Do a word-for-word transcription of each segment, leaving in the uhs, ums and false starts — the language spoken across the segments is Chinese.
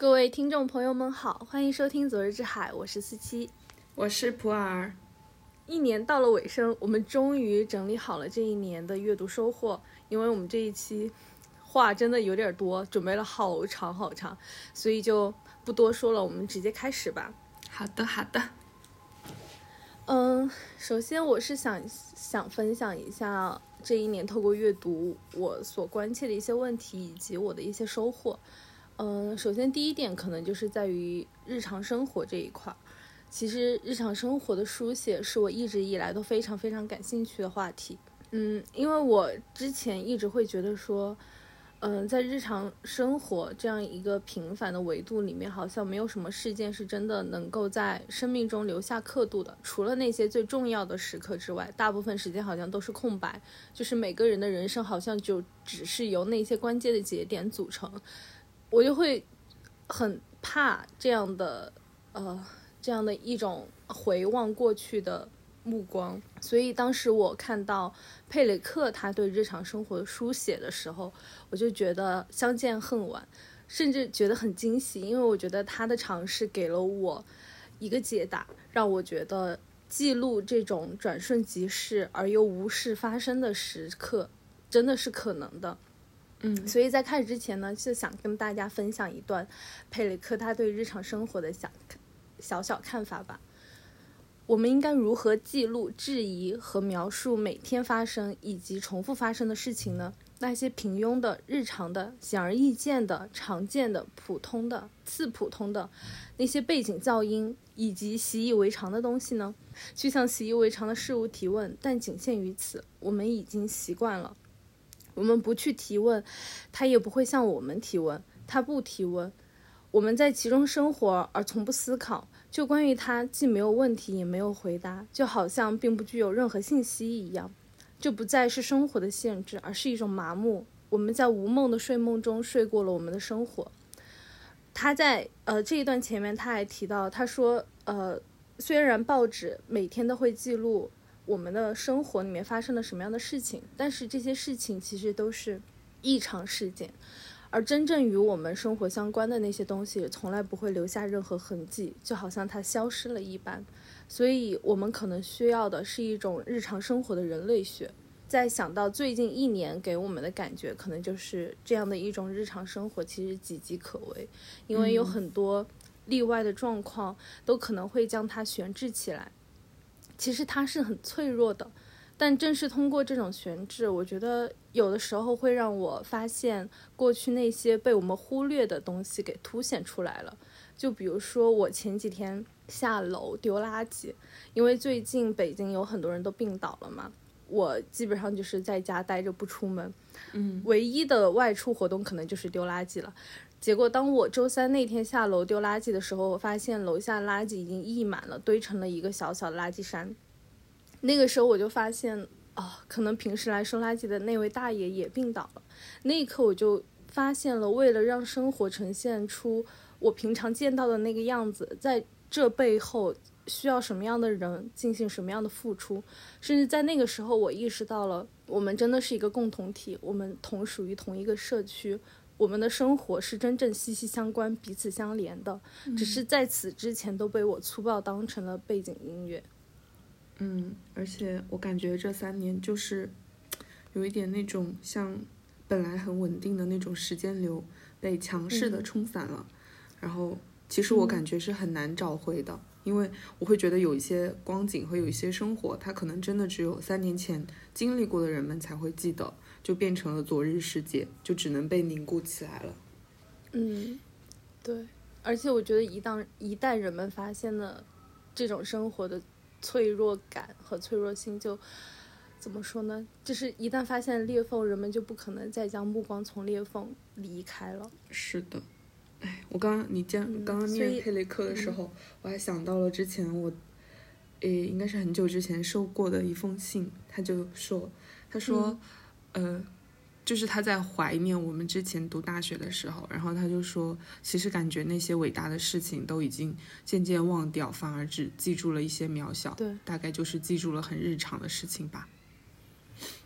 各位听众朋友们好，欢迎收听昨日之海，我是思琪， 我是普洱。 一年到了尾声，我们终于整理好了这一年的阅读收获。因为我们这一期话真的有点多，准备了好长好长，所以就不多说了，我们直接开始吧。 好的好的。 嗯，首先我是想想分享一下这一年透过阅读我所关切的一些问题以及我的一些收获。嗯，首先第一点可能就是在于日常生活这一块。其实日常生活的书写是我一直以来都非常非常感兴趣的话题。嗯，因为我之前一直会觉得说，嗯，在日常生活这样一个平凡的维度里面，好像没有什么事件是真的能够在生命中留下刻度的，除了那些最重要的时刻之外，大部分时间好像都是空白，就是每个人的人生好像就只是由那些关键的节点组成。我就会很怕这样的呃这样的一种回望过去的目光，所以当时我看到佩雷克他对日常生活的书写的时候，我就觉得相见恨晚，甚至觉得很惊喜，因为我觉得他的尝试给了我一个解答，让我觉得记录这种转瞬即逝而又无事发生的时刻真的是可能的。嗯，所以在开始之前呢，就想跟大家分享一段佩雷克他对日常生活的小小小看法吧。我们应该如何记录、质疑和描述每天发生以及重复发生的事情呢？那些平庸的、日常的、显而易见的、常见的、普通的、次普通的那些背景噪音以及习以为常的东西呢？去向习以为常的事物提问，但仅限于此，我们已经习惯了。我们不去提问，他也不会向我们提问，他不提问，我们在其中生活而从不思考，就关于他既没有问题也没有回答，就好像并不具有任何信息一样。这不再是生活的限制，而是一种麻木。我们在无梦的睡梦中睡过了我们的生活。他在呃这一段前面他还提到，他说呃虽然报纸每天都会记录我们的生活里面发生了什么样的事情，但是这些事情其实都是异常事件，而真正与我们生活相关的那些东西从来不会留下任何痕迹，就好像它消失了一般。所以我们可能需要的是一种日常生活的人类学。再想到最近一年给我们的感觉，可能就是这样的一种日常生活其实岌岌可危，因为有很多例外的状况都可能会将它悬置起来。其实它是很脆弱的，但正是通过这种悬置，我觉得有的时候会让我发现过去那些被我们忽略的东西给凸显出来了。就比如说我前几天下楼丢垃圾，因为最近北京有很多人都病倒了嘛，我基本上就是在家待着不出门，嗯，唯一的外出活动可能就是丢垃圾了。结果当我周三那天下楼丢垃圾的时候，我发现楼下垃圾已经溢满了，堆成了一个小小的垃圾山。那个时候我就发现哦，可能平时来收垃圾的那位大爷也病倒了。那一刻我就发现了，为了让生活呈现出我平常见到的那个样子，在这背后需要什么样的人进行什么样的付出。甚至在那个时候我意识到了，我们真的是一个共同体，我们同属于同一个社区，我们的生活是真正息息相关、彼此相连的，只是在此之前都被我粗暴当成了背景音乐。 嗯，而且我感觉这三年就是有一点那种像本来很稳定的那种时间流被强势的冲散了，嗯、然后其实我感觉是很难找回的、嗯，因为我会觉得有一些光景和有一些生活，它可能真的只有三年前经历过的人们才会记得，就变成了昨日世界，就只能被凝固起来了。 嗯，对，而且我觉得一旦一旦人们发现了这种生活的脆弱感和脆弱性，就怎么说呢，就是一旦发现裂缝，人们就不可能再将目光从裂缝离开了。 是的，哎，我刚刚你讲、嗯、刚刚念佩雷克的时候、嗯、我还想到了之前我诶应该是很久之前收过的一封信，他就说他说、嗯、呃就是他在怀念我们之前读大学的时候，然后他就说其实感觉那些伟大的事情都已经渐渐忘掉，反而只记住了一些渺小， 对， 大概就是记住了很日常的事情吧。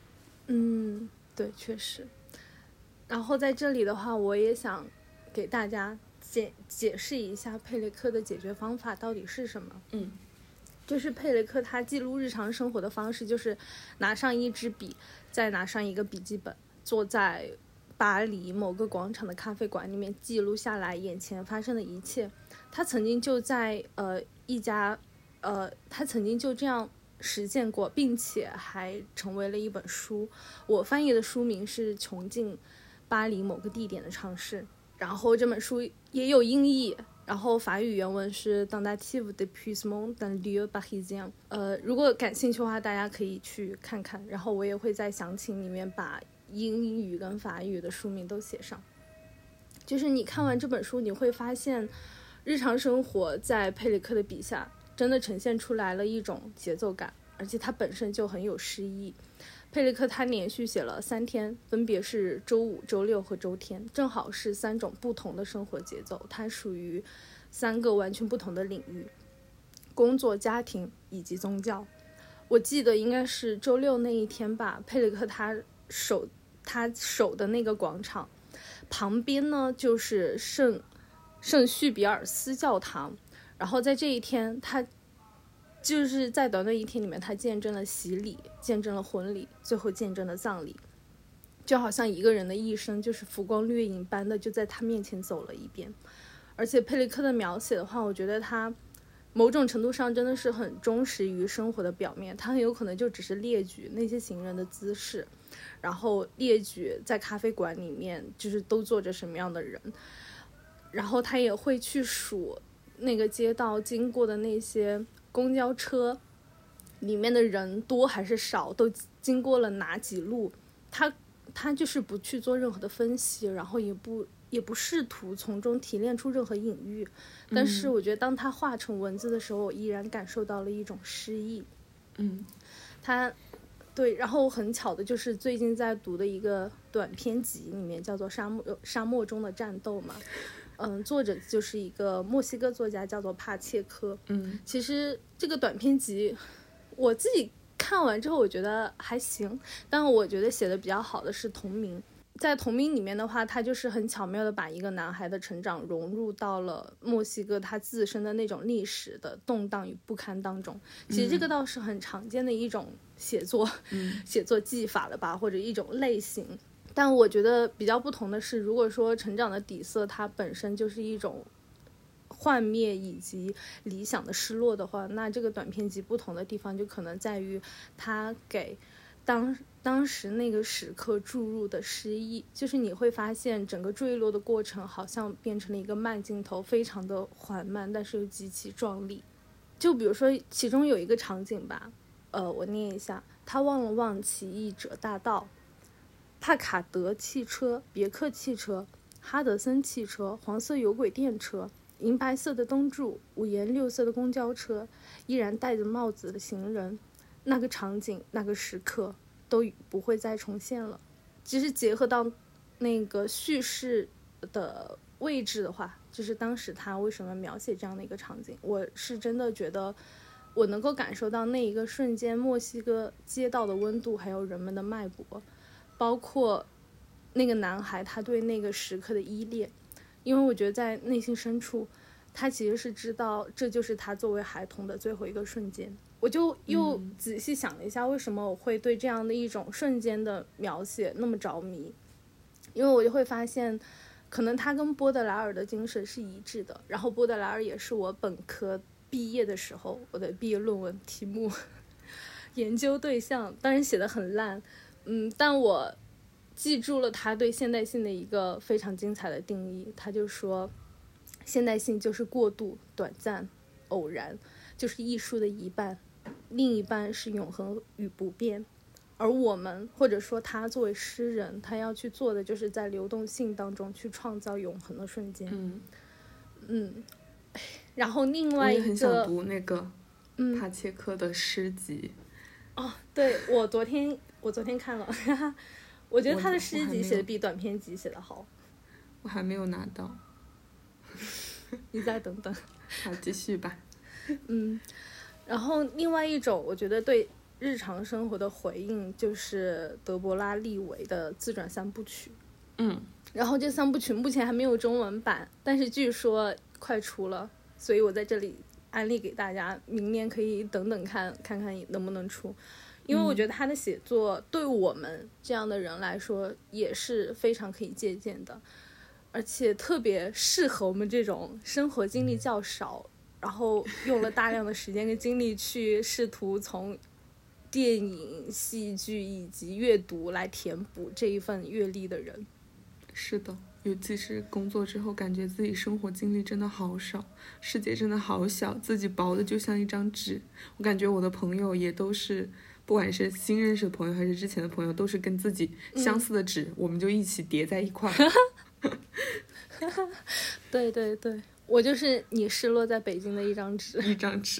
嗯，对，确实。然后在这里的话，我也想给大家解解释一下佩雷克的解决方法到底是什么。 嗯， 就是佩雷克他记录日常生活的方式，就是拿上一支笔，再拿上一个笔记本，坐在巴黎某个广场的咖啡馆里面记录下来眼前发生的一切。他曾经就在呃一家呃他曾经就这样实践过，并且还成为了一本书。我翻译的书名是《穷尽巴黎某个地点的尝试》，然后这本书也有英译，然后法语原文是 Tentative d'épuisement d'un lieu parisien。呃，如果感兴趣的话，大家可以去看看。然后我也会在详情里面把英语跟法语的书名都写上。就是你看完这本书，你会发现，日常生活在佩里克的笔下，真的呈现出来了一种节奏感，而且它本身就很有诗意。佩里克他连续写了三天，分别是周五、周六和周天，正好是三种不同的生活节奏，它属于三个完全不同的领域：工作、家庭以及宗教。我记得应该是周六那一天吧，佩里克他守他守的那个广场旁边呢，就是圣圣叙比尔斯教堂。然后在这一天，他就是在短短一天里面，他见证了洗礼，见证了婚礼，最后见证了葬礼，就好像一个人的一生就是浮光掠影般的就在他面前走了一遍。而且佩里克的描写的话，我觉得他某种程度上真的是很忠实于生活的表面，他很有可能就只是列举那些行人的姿势，然后列举在咖啡馆里面就是都坐着什么样的人，然后他也会去数那个街道经过的那些公交车里面的人多还是少，都经过了哪几路，他他就是不去做任何的分析，然后也不也不试图从中提炼出任何隐喻，但是我觉得当他化成文字的时候，我依然感受到了一种诗意。 嗯， 他对，然后很巧的就是最近在读的一个短篇集里面叫做沙漠沙漠中的战斗嘛，嗯，作者就是一个墨西哥作家叫做帕切科。 嗯， 其实这个短篇集我自己看完之后我觉得还行，但我觉得写的比较好的是同名。在同名里面的话，他就是很巧妙的把一个男孩的成长融入到了墨西哥他自身的那种历史的动荡与不堪当中。其实这个倒是很常见的一种写作、 嗯、 写作技法了吧，或者一种类型。但我觉得比较不同的是，如果说成长的底色它本身就是一种幻灭以及理想的失落的话，那这个短篇集不同的地方就可能在于它给当当时那个时刻注入的诗意，就是你会发现整个坠落的过程好像变成了一个慢镜头，非常的缓慢，但是又极其壮丽。就比如说其中有一个场景吧，呃，我念一下：他望了望奇异者大道，帕卡德汽车、别克汽车、哈德森汽车、黄色有轨电车、银白色的灯柱、五颜六色的公交车，依然戴着帽子的行人，那个场景，那个时刻都不会再重现了。其实结合到那个叙事的位置的话，就是当时他为什么描写这样的一个场景，我是真的觉得我能够感受到那一个瞬间墨西哥街道的温度，还有人们的脉搏，包括那个男孩他对那个时刻的依恋。因为我觉得在内心深处他其实是知道这就是他作为孩童的最后一个瞬间。我就又仔细想了一下，为什么我会对这样的一种瞬间的描写那么着迷，因为我就会发现可能他跟波德莱尔的精神是一致的，然后波德莱尔也是我本科毕业的时候我的毕业论文题目研究对象，当然写得很烂，嗯，但我记住了他对现代性的一个非常精彩的定义。他就说现代性就是过度、短暂、偶然，就是艺术的一半，另一半是永恒与不变。而我们或者说他作为诗人，他要去做的就是在流动性当中去创造永恒的瞬间。 嗯嗯，然后另外一个我也很想读那个帕切科的诗集。 嗯、哦，对，我昨天我昨天看了我觉得他的诗集写的比短篇集写的好。 我还没有拿到你再等等。 好，继续吧。 嗯，然后另外一种我觉得对日常生活的回应就是德伯拉利维的自传三部曲。 嗯， 然后这三部曲目前还没有中文版，但是据说快出了，所以我在这里安利给大家，明年可以等等看看看能不能出。因为我觉得他的写作对我们这样的人来说也是非常可以借鉴的，而且特别适合我们这种生活经历较少，然后用了大量的时间跟精力去试图从电影、戏剧以及阅读来填补这一份阅历的人。 是的，尤其是工作之后，感觉自己生活经历真的好少，世界真的好小，自己薄的就像一张纸。我感觉我的朋友也都是，不管是新认识的朋友还是之前的朋友，都是跟自己相似的纸，嗯、我们就一起叠在一块儿。 对对对，我就是你失落在北京的一张纸。 一张纸。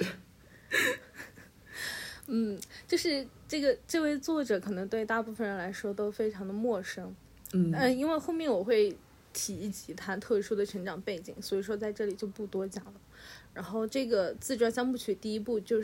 嗯，就是这个这位作者可能对大部分人来说都非常的陌生。 嗯、 呃，因为后面我会提及他特殊的成长背景，所以说在这里就不多讲了。然后这个自传三部曲第一部就是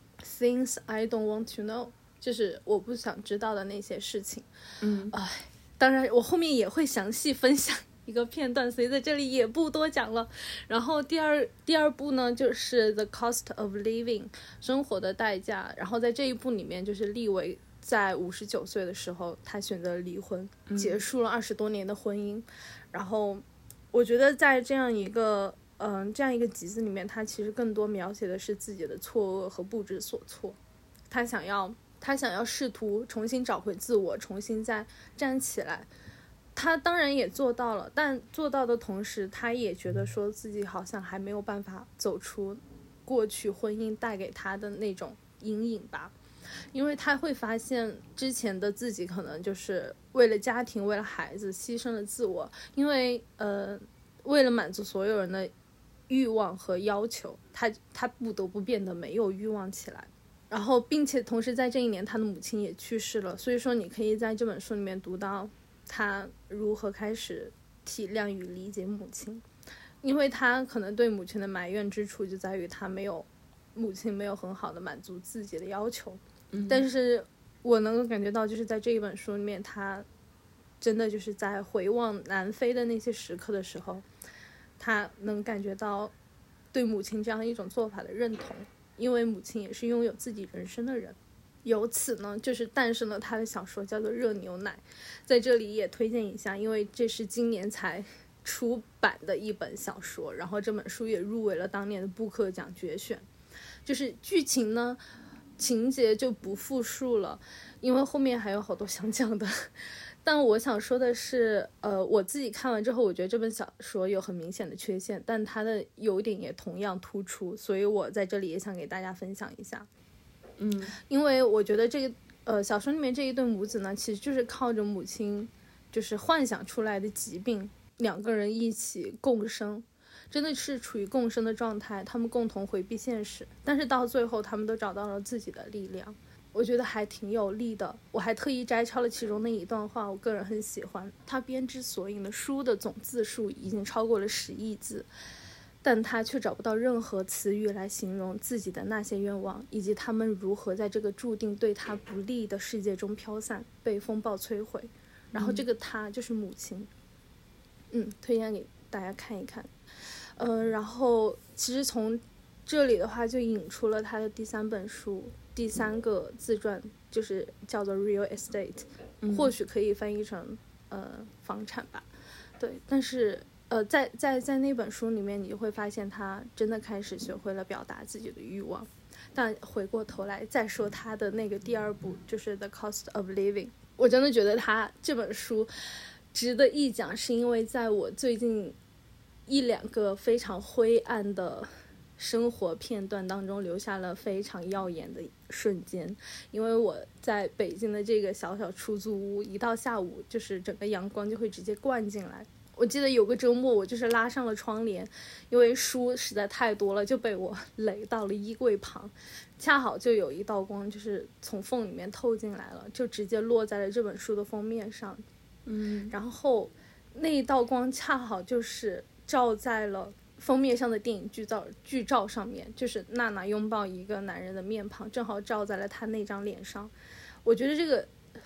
Things I Don't Want to Know， 就是我不想知道的那些事情。 嗯， 哎，当然我后面也会详细分享一个片段，所以在这里也不多讲了。然后第二第二部呢就是 The Cost of Living， 生活的代价。然后在这一部里面就是利维在五十九岁的时候，他选择离婚，结束了二十多年的婚姻。嗯、然后我觉得在这样一个嗯、呃、这样一个集子里面，他其实更多描写的是自己的错愕和不知所措。他想要他想要试图重新找回自我，重新再站起来。他当然也做到了，但做到的同时，他也觉得说自己好像还没有办法走出过去婚姻带给他的那种阴影吧。因为他会发现之前的自己可能就是为了家庭为了孩子牺牲了自我，因为呃为了满足所有人的欲望和要求，他他不得不变得没有欲望起来。然后并且同时在这一年他的母亲也去世了，所以说你可以在这本书里面读到他如何开始体谅与理解母亲。因为他可能对母亲的埋怨之处就在于他没有母亲没有很好的满足自己的要求。 嗯、 但是我能够感觉到就是在这一本书里面，他真的就是在回望南非的那些时刻的时候，他能感觉到对母亲这样一种做法的认同，因为母亲也是拥有自己人生的人。由此呢就是诞生了他的小说叫做热牛奶，在这里也推荐一下，因为这是今年才出版的一本小说，然后这本书也入围了当年的布克奖决选。就是剧情呢情节就不复述了，因为后面还有好多想讲的。但我想说的是呃，我自己看完之后我觉得这本小说有很明显的缺陷，但它的优点也同样突出，所以我在这里也想给大家分享一下。 嗯， 因为我觉得这个呃小说里面这一对母子呢，其实就是靠着母亲就是幻想出来的疾病，两个人一起共生，真的是处于共生的状态，他们共同回避现实，但是到最后他们都找到了自己的力量，我觉得还挺有力的。我还特意摘抄了其中的一段话，我个人很喜欢。他编织所引的书的总字数已经超过了十亿字，但他却找不到任何词语来形容自己的那些愿望，以及他们如何在这个注定对他不利的世界中飘散，被风暴摧毁。然后这个他就是母亲。嗯，推荐给大家看一看。呃，然后其实从这里的话就引出了他的第三本书，第三个自传，就是叫做 Real Estate， 或许可以翻译成呃房产吧。对，但是呃在在在那本书里面你就会发现他真的开始学会了表达自己的欲望。但回过头来再说他的那个第二部，就是 The Cost of Living， 我真的觉得他这本书值得一讲，是因为在我最近一两个非常灰暗的生活片段当中留下了非常耀眼的瞬间。因为我在北京的这个小小出租屋，一到下午就是整个阳光就会直接灌进来。我记得有个周末我就是拉上了窗帘，因为书实在太多了，就被我垒到了衣柜旁，恰好就有一道光就是从缝里面透进来了，就直接落在了这本书的封面上。 嗯， 然后那一道光恰好就是照在了封面上的电影剧照剧照上面，就是娜娜拥抱一个男人的面庞，正好照在了他那张脸上。我觉得这个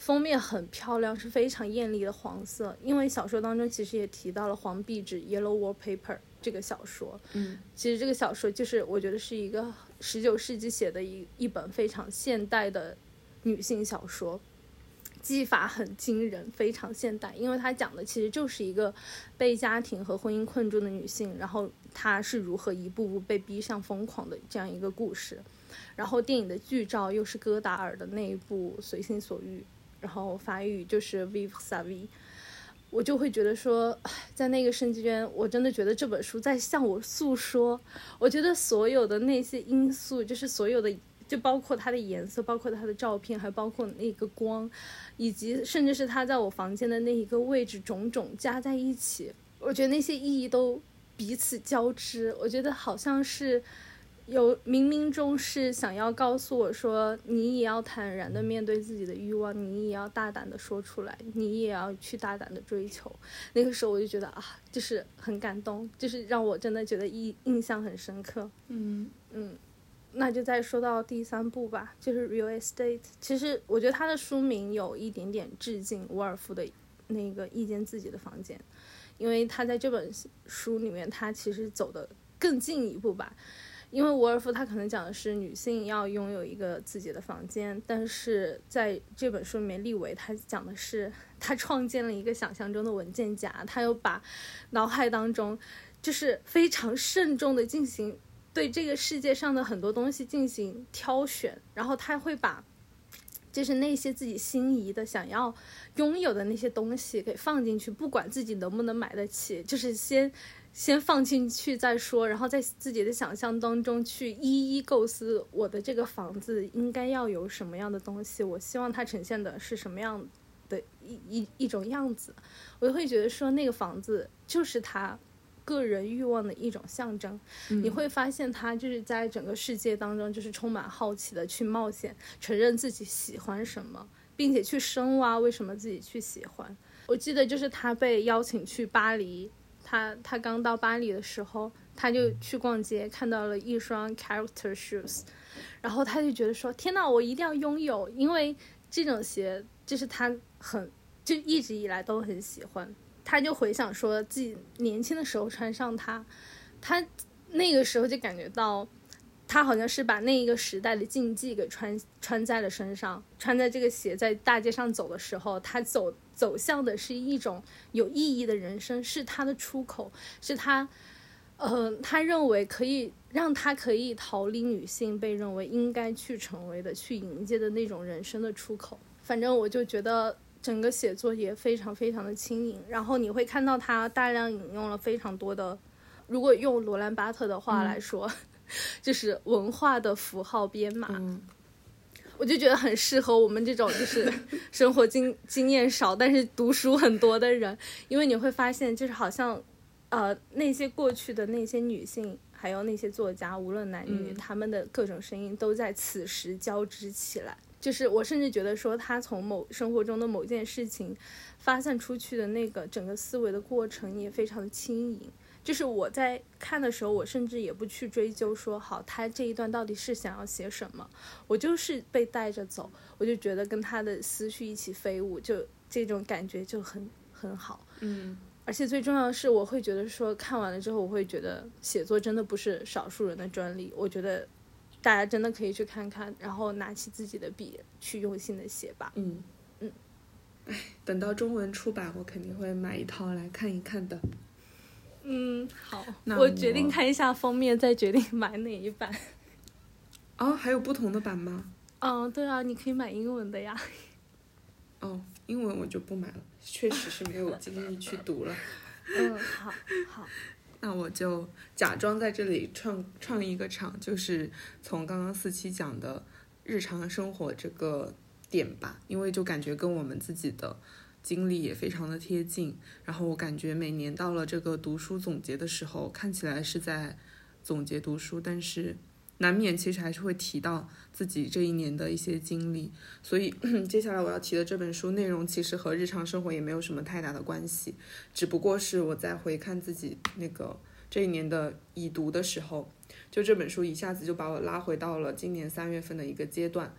封面很漂亮，是非常艳丽的黄色。因为小说当中其实也提到了黄壁纸 Yellow Wallpaper 这个小说， 嗯， 其实这个小说就是我觉得是一个十九世纪写的一一本非常现代的女性小说，技法很惊人，非常现代。因为它讲的其实就是一个被家庭和婚姻困住的女性，然后她是如何一步步被逼上疯狂的这样一个故事。然后电影的剧照又是戈达尔的那一部《随心所欲》，然后法语就是 Vivre sa vie。我就会觉得说，在那个瞬间，我真的觉得这本书在向我诉说。我觉得所有的那些因素，就是所有的，就包括它的颜色，包括它的照片，还包括那个光，以及甚至是它在我房间的那一个位置，种种加在一起，我觉得那些意义都彼此交织。我觉得好像是有冥冥中是想要告诉我说，你也要坦然的面对自己的欲望，你也要大胆的说出来，你也要去大胆的追求。那个时候我就觉得啊，就是很感动，就是让我真的觉得印印象很深刻。 嗯嗯，那就再说到第三部吧，就是 Real Estate。其实我觉得它的书名有一点点致敬伍尔夫的那个一间自己的房间，因为他在这本书里面他其实走的更进一步吧。因为伍尔夫他可能讲的是女性要拥有一个自己的房间，但是在这本书里面，利维他讲的是他创建了一个想象中的文件夹，他又把脑海当中就是非常慎重的进行对这个世界上的很多东西进行挑选，然后他会把就是那些自己心仪的想要拥有的那些东西给放进去，不管自己能不能买得起，就是先先放进去再说，然后在自己的想象当中去一一构思我的这个房子应该要有什么样的东西，我希望它呈现的是什么样的一一一种样子。我就会觉得说那个房子就是他个人欲望的一种象征、嗯、你会发现他就是在整个世界当中就是充满好奇的去冒险，承认自己喜欢什么，并且去深挖为什么自己去喜欢。我记得就是他被邀请去巴黎，他他刚到巴黎的时候，他就去逛街，看到了一双 character shoes， 然后他就觉得说天哪，我一定要拥有，因为这种鞋就是他很就一直以来都很喜欢。他就回想说自己年轻的时候穿上它，他那个时候就感觉到他好像是把那一个时代的禁忌给穿穿在了身上，穿在这个鞋在大街上走的时候，他走走向的是一种有意义的人生，是他的出口，是他呃，他认为可以让他可以逃离女性被认为应该去成为的去迎接的那种人生的出口。反正我就觉得整个写作也非常非常的轻盈，然后你会看到他大量引用了非常多的，如果用罗兰巴特的话来说、嗯、就是文化的符号编码、嗯、我就觉得很适合我们这种就是生活经经验少但是读书很多的人，因为你会发现就是好像呃那些过去的那些女性还有那些作家无论男女、嗯、他们的各种声音都在此时交织起来。就是我甚至觉得说他从某生活中的某件事情发散出去的那个整个思维的过程也非常的轻盈，就是我在看的时候我甚至也不去追究说好他这一段到底是想要写什么，我就是被带着走，我就觉得跟他的思绪一起飞舞，就这种感觉就很很好。 嗯， 而且最重要的是我会觉得说看完了之后我会觉得写作真的不是少数人的专利，我觉得大家真的可以去看看，然后拿起自己的笔去用心的写吧。 嗯嗯， 哎，等到中文出版我肯定会买一套来看一看的。 嗯，好， 那我, 我决定看一下封面再决定买哪一版。 哦，还有不同的版吗？ 嗯，对啊，你可以买英文的呀。 哦，英文我就不买了，确实是没有精力去读了。 嗯，好好。 那我就假装在这里创创一个场，就是从刚刚四期讲的日常生活这个点吧，因为就感觉跟我们自己的经历也非常的贴近。然后我感觉每年到了这个读书总结的时候，看起来是在总结读书，但是难免其实还是会提到自己这一年的一些经历。所以接下来我要提的这本书内容其实和日常生活也没有什么太大的关系，只不过是我在回看自己那个这一年的已读的时候，就这本书一下子就把我拉回到了今年三月份的一个阶段。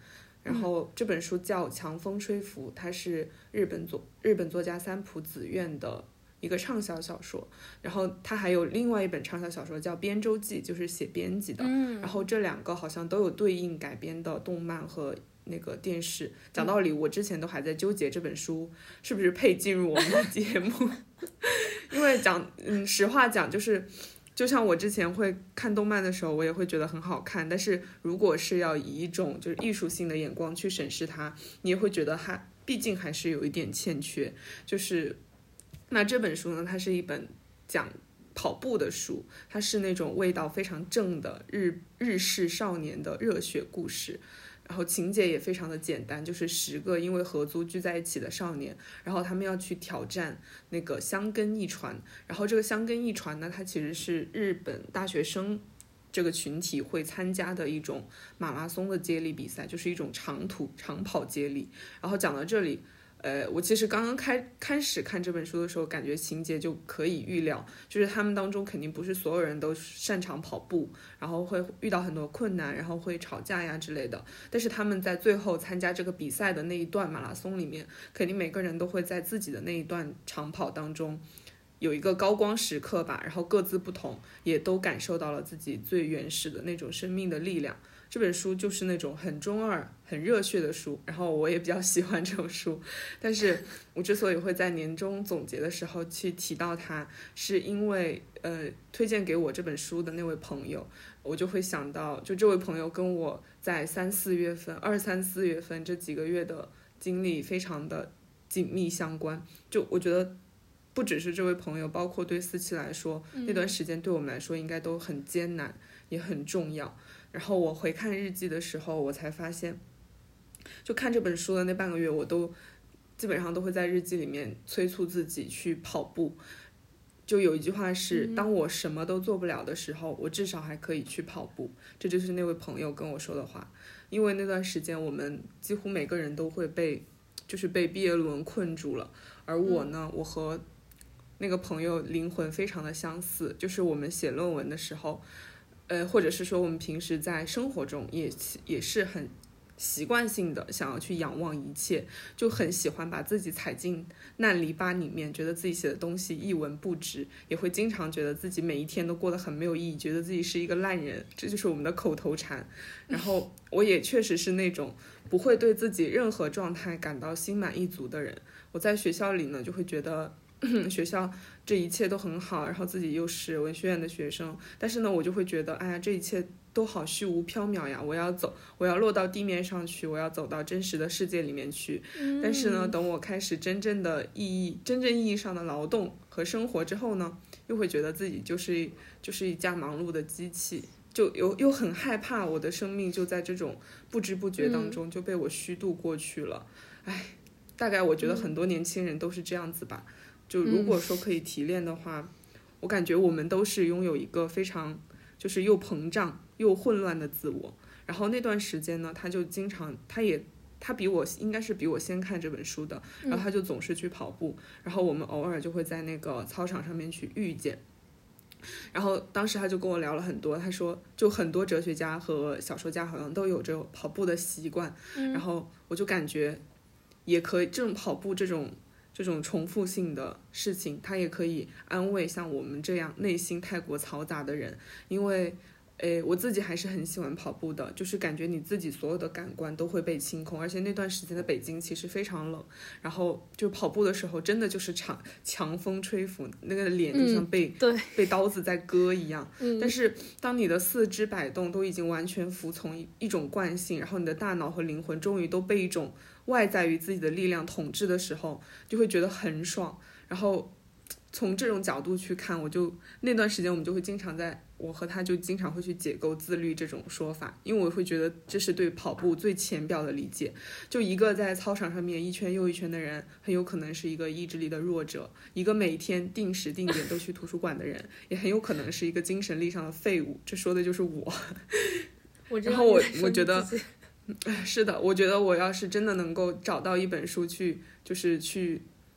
然后这本书叫《强风吹拂》，它是日本作日本作家三浦子苑的一个畅销小说，然后他还有另外一本畅销小说叫《编舟记》，就是写编辑的， 嗯， 然后这两个好像都有对应改编的动漫和那个电视。讲道理，我之前都还在纠结这本书是不是配进入我们的节目，因为讲嗯，实话讲就是。就像我之前会看动漫的时候，我也会觉得很好看，但是如果是要以一种就是艺术性的眼光去审视它，你也会觉得它毕竟还是有一点欠缺。就是那这本书呢，它是一本讲跑步的书，它是那种味道非常正的日日式少年的热血故事。然后情节也非常的简单，就是十个因为合租聚在一起的少年，然后他们要去挑战那个箱根驿传。然后这个箱根驿传呢，它其实是日本大学生这个群体会参加的一种马拉松的接力比赛，就是一种长途长跑接力。然后讲到这里，呃，我其实刚刚开开始看这本书的时候，感觉情节就可以预料，就是他们当中肯定不是所有人都擅长跑步，然后会遇到很多困难，然后会吵架呀之类的。但是他们在最后参加这个比赛的那一段马拉松里面，肯定每个人都会在自己的那一段长跑当中有一个高光时刻吧，然后各自不同，也都感受到了自己最原始的那种生命的力量。这本书就是那种很中二很热血的书，然后我也比较喜欢这种书。但是我之所以会在年终总结的时候去提到它，是因为呃推荐给我这本书的那位朋友，我就会想到就这位朋友跟我在三四月份二三四月份这几个月的经历非常的紧密相关。就我觉得不只是这位朋友，包括对思琪来说， 嗯、 那段时间对我们来说应该都很艰难也很重要。然后我回看日记的时候，我才发现，就看这本书的那半个月，我都基本上都会在日记里面催促自己去跑步。就有一句话是，当我什么都做不了的时候，我至少还可以去跑步。这就是那位朋友跟我说的话。因为那段时间我们几乎每个人都会被就是被毕业论文困住了，而我呢，我和那个朋友灵魂非常的相似，就是我们写论文的时候呃，或者是说我们平时在生活中也也是很习惯性的想要去仰望一切，就很喜欢把自己踩进烂泥巴里面，觉得自己写的东西一文不值，也会经常觉得自己每一天都过得很没有意义，觉得自己是一个烂人，这就是我们的口头禅。然后我也确实是那种不会对自己任何状态感到心满意足的人。我在学校里呢，就会觉得学校这一切都很好，然后自己又是文学院的学生，但是呢我就会觉得哎呀，这一切都好虚无缥缈呀，我要走，我要落到地面上去，我要走到真实的世界里面去。但是呢等我开始真正的意义真正意义上的劳动和生活之后呢，又会觉得自己就是就是一架忙碌的机器，就又又很害怕我的生命就在这种不知不觉当中就被我虚度过去了。哎，大概我觉得很多年轻人都是这样子吧。就如果说可以提炼的话，我感觉我们都是拥有一个非常就是又膨胀又混乱的自我。然后那段时间呢，他就经常他也他比我应该是比我先看这本书的，然后他就总是去跑步，然后我们偶尔就会在那个操场上面去遇见。然后当时他就跟我聊了很多，他说就很多哲学家和小说家好像都有着跑步的习惯，然后我就感觉也可以这种跑步这种这种重复性的事情，它也可以安慰像我们这样内心太过嘈杂的人。因为诶，我自己还是很喜欢跑步的，就是感觉你自己所有的感官都会被清空，而且那段时间的北京其实非常冷，然后就跑步的时候真的就是强强风吹拂，那个脸就像被、 嗯、对被刀子在割一样、 嗯、 但是当你的四肢摆动都已经完全服从 一, 一种惯性，然后你的大脑和灵魂终于都被一种外在于自己的力量统治的时候，就会觉得很爽。然后从这种角度去看，我就那段时间我们就会经常在我和他就经常会去解构自律这种说法，因为我会觉得这是对跑步最浅表的理解。就一个在操场上面一圈又一圈的人，很有可能是一个意志力的弱者；一个每天定时定点都去图书馆的人，也很有可能是一个精神力上的废物。这说的就是我。 我然后我我觉得是的，我觉得我要是真的能够找到一本书去就是去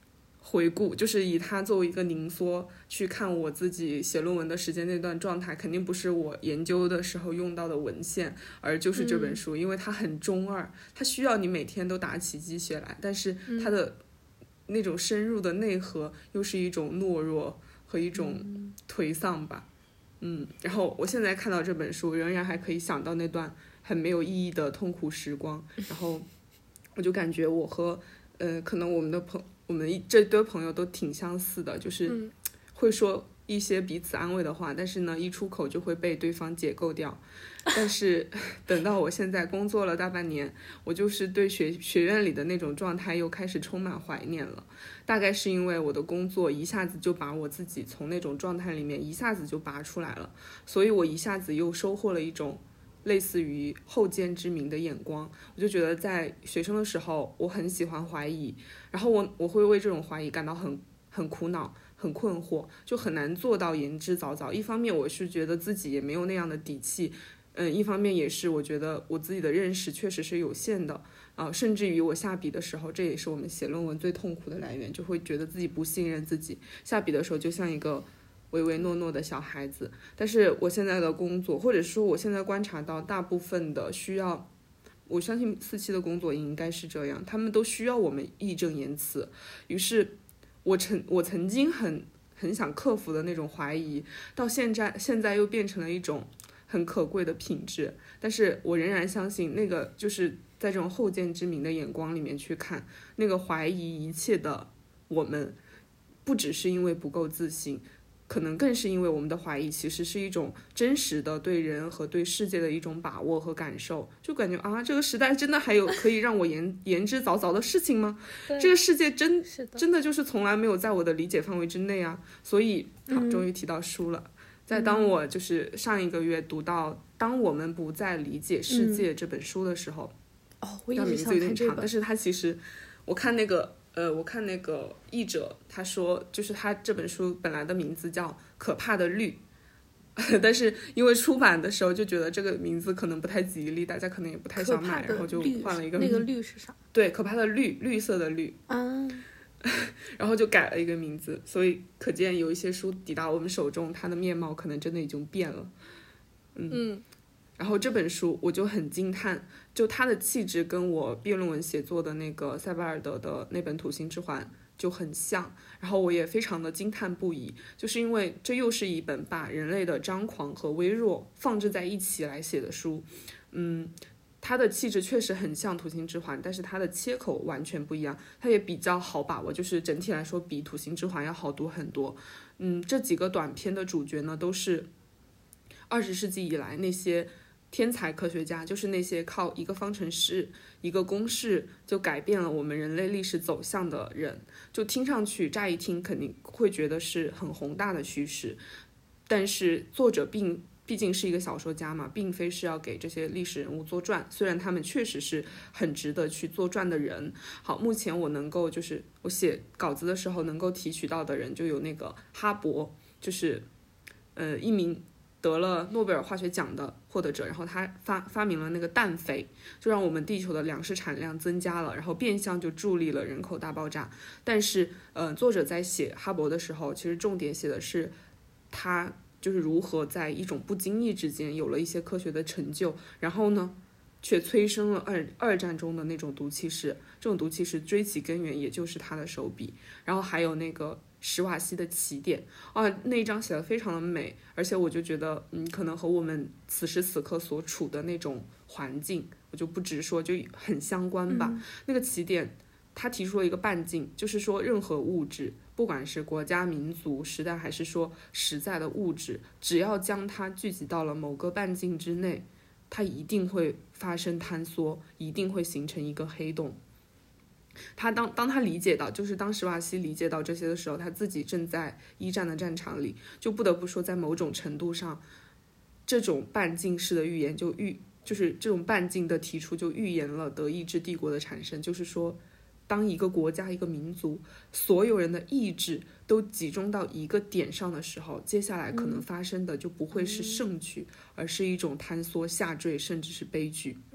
回顾，就是以它作为一个凝缩去看我自己写论文的时间那段状态，肯定不是我研究的时候用到的文献，而就是这本书、嗯、因为它很中二，它需要你每天都打起鸡血来，但是它的那种深入的内核又是一种懦弱和一种颓丧吧。嗯，然后我现在看到这本书仍然还可以想到那段很没有意义的痛苦时光，然后我就感觉我和呃，可能我们的朋我们这堆朋友都挺相似的，就是会说一些彼此安慰的话，但是呢一出口就会被对方解构掉。但是等到我现在工作了大半年，我就是对学学院里的那种状态又开始充满怀念了。大概是因为我的工作一下子就把我自己从那种状态里面一下子就拔出来了，所以我一下子又收获了一种类似于后见之明的眼光。我就觉得在学生的时候我很喜欢怀疑，然后我我会为这种怀疑感到很很苦恼很困惑，就很难做到言之凿凿。一方面我是觉得自己也没有那样的底气，嗯，一方面也是我觉得我自己的认识确实是有限的啊、呃，甚至于我下笔的时候，这也是我们写论文最痛苦的来源，就会觉得自己不信任自己，下笔的时候就像一个唯唯诺诺的小孩子。但是我现在的工作，或者说我现在观察到大部分的需要，我相信四期的工作应该是这样，他们都需要我们义正言辞。于是我曾我曾经很很想克服的那种怀疑，到现在现在又变成了一种很可贵的品质。但是我仍然相信，那个就是在这种后见之明的眼光里面去看，那个怀疑一切的我们，不只是因为不够自信，可能更是因为我们的怀疑其实是一种真实的对人和对世界的一种把握和感受。就感觉啊，这个时代真的还有可以让我言言之凿凿的事情吗？这个世界真真的就是从来没有在我的理解范围之内啊。所以好，终于提到书了。嗯，在当我就是上一个月读到《当我们不再理解世界》这本书的时候， 嗯、哦，我一直想看这本， 但是它其实我看那个呃，我看那个译者他说，就是他这本书本来的名字叫《可怕的绿》，但是因为出版的时候就觉得这个名字可能不太吉利，大家可能也不太想买，然后就换了一个那个绿是啥？ 对，可怕的绿，绿色的绿啊。 然后就改了一个名字，所以可见有一些书抵达我们手中，它的面貌可能真的已经变了。嗯， 嗯然后这本书我就很惊叹，就它的气质跟我毕业论文写作的那个塞巴尔德的那本《土星之环》就很像，然后我也非常的惊叹不已，就是因为这又是一本把人类的张狂和微弱放置在一起来写的书。嗯。它的气质确实很像土星之环，但是它的切口完全不一样，它也比较好把握，就是整体来说比土星之环要好读很多。嗯，这几个短篇的主角呢，都是二十世纪以来那些天才科学家，就是那些靠一个方程式一个公式就改变了我们人类历史走向的人。就听上去乍一听肯定会觉得是很宏大的叙事，但是作者并毕竟是一个小说家嘛，并非是要给这些历史人物作传，虽然他们确实是很值得去作传的人。好，目前我能够就是我写稿子的时候能够提取到的人就有那个哈勃，就是呃一名得了诺贝尔化学奖的获得者，然后他发发明了那个氮肥，就让我们地球的粮食产量增加了，然后变相就助力了人口大爆炸。但是呃作者在写哈勃的时候，其实重点写的是他就是如何在一种不经意之间有了一些科学的成就，然后呢却催生了二二战中的那种毒气室。这种毒气室追其根源也就是他的手笔。然后还有那个史瓦西的起点啊，那一章写得非常的美，而且我就觉得嗯，可能和我们此时此刻所处的那种环境，我就不直说，就很相关吧。 嗯、 那个起点他提出了一个半径，就是说任何物质，不管是国家民族时代还是说实在的物质，只要将它聚集到了某个半径之内，它一定会发生坍缩，一定会形成一个黑洞。他当当他理解到，就是当史瓦西理解到这些的时候，他自己正在一战的战场里，就不得不说在某种程度上，这种半径式的预言就预就是这种半径的提出就预言了德意志帝国的产生。就是说当一个国家一个民族所有人的意志都集中到一个点上的时候，接下来可能发生的就不会是盛举、嗯、而是一种坍缩下坠甚至是悲剧。 嗯，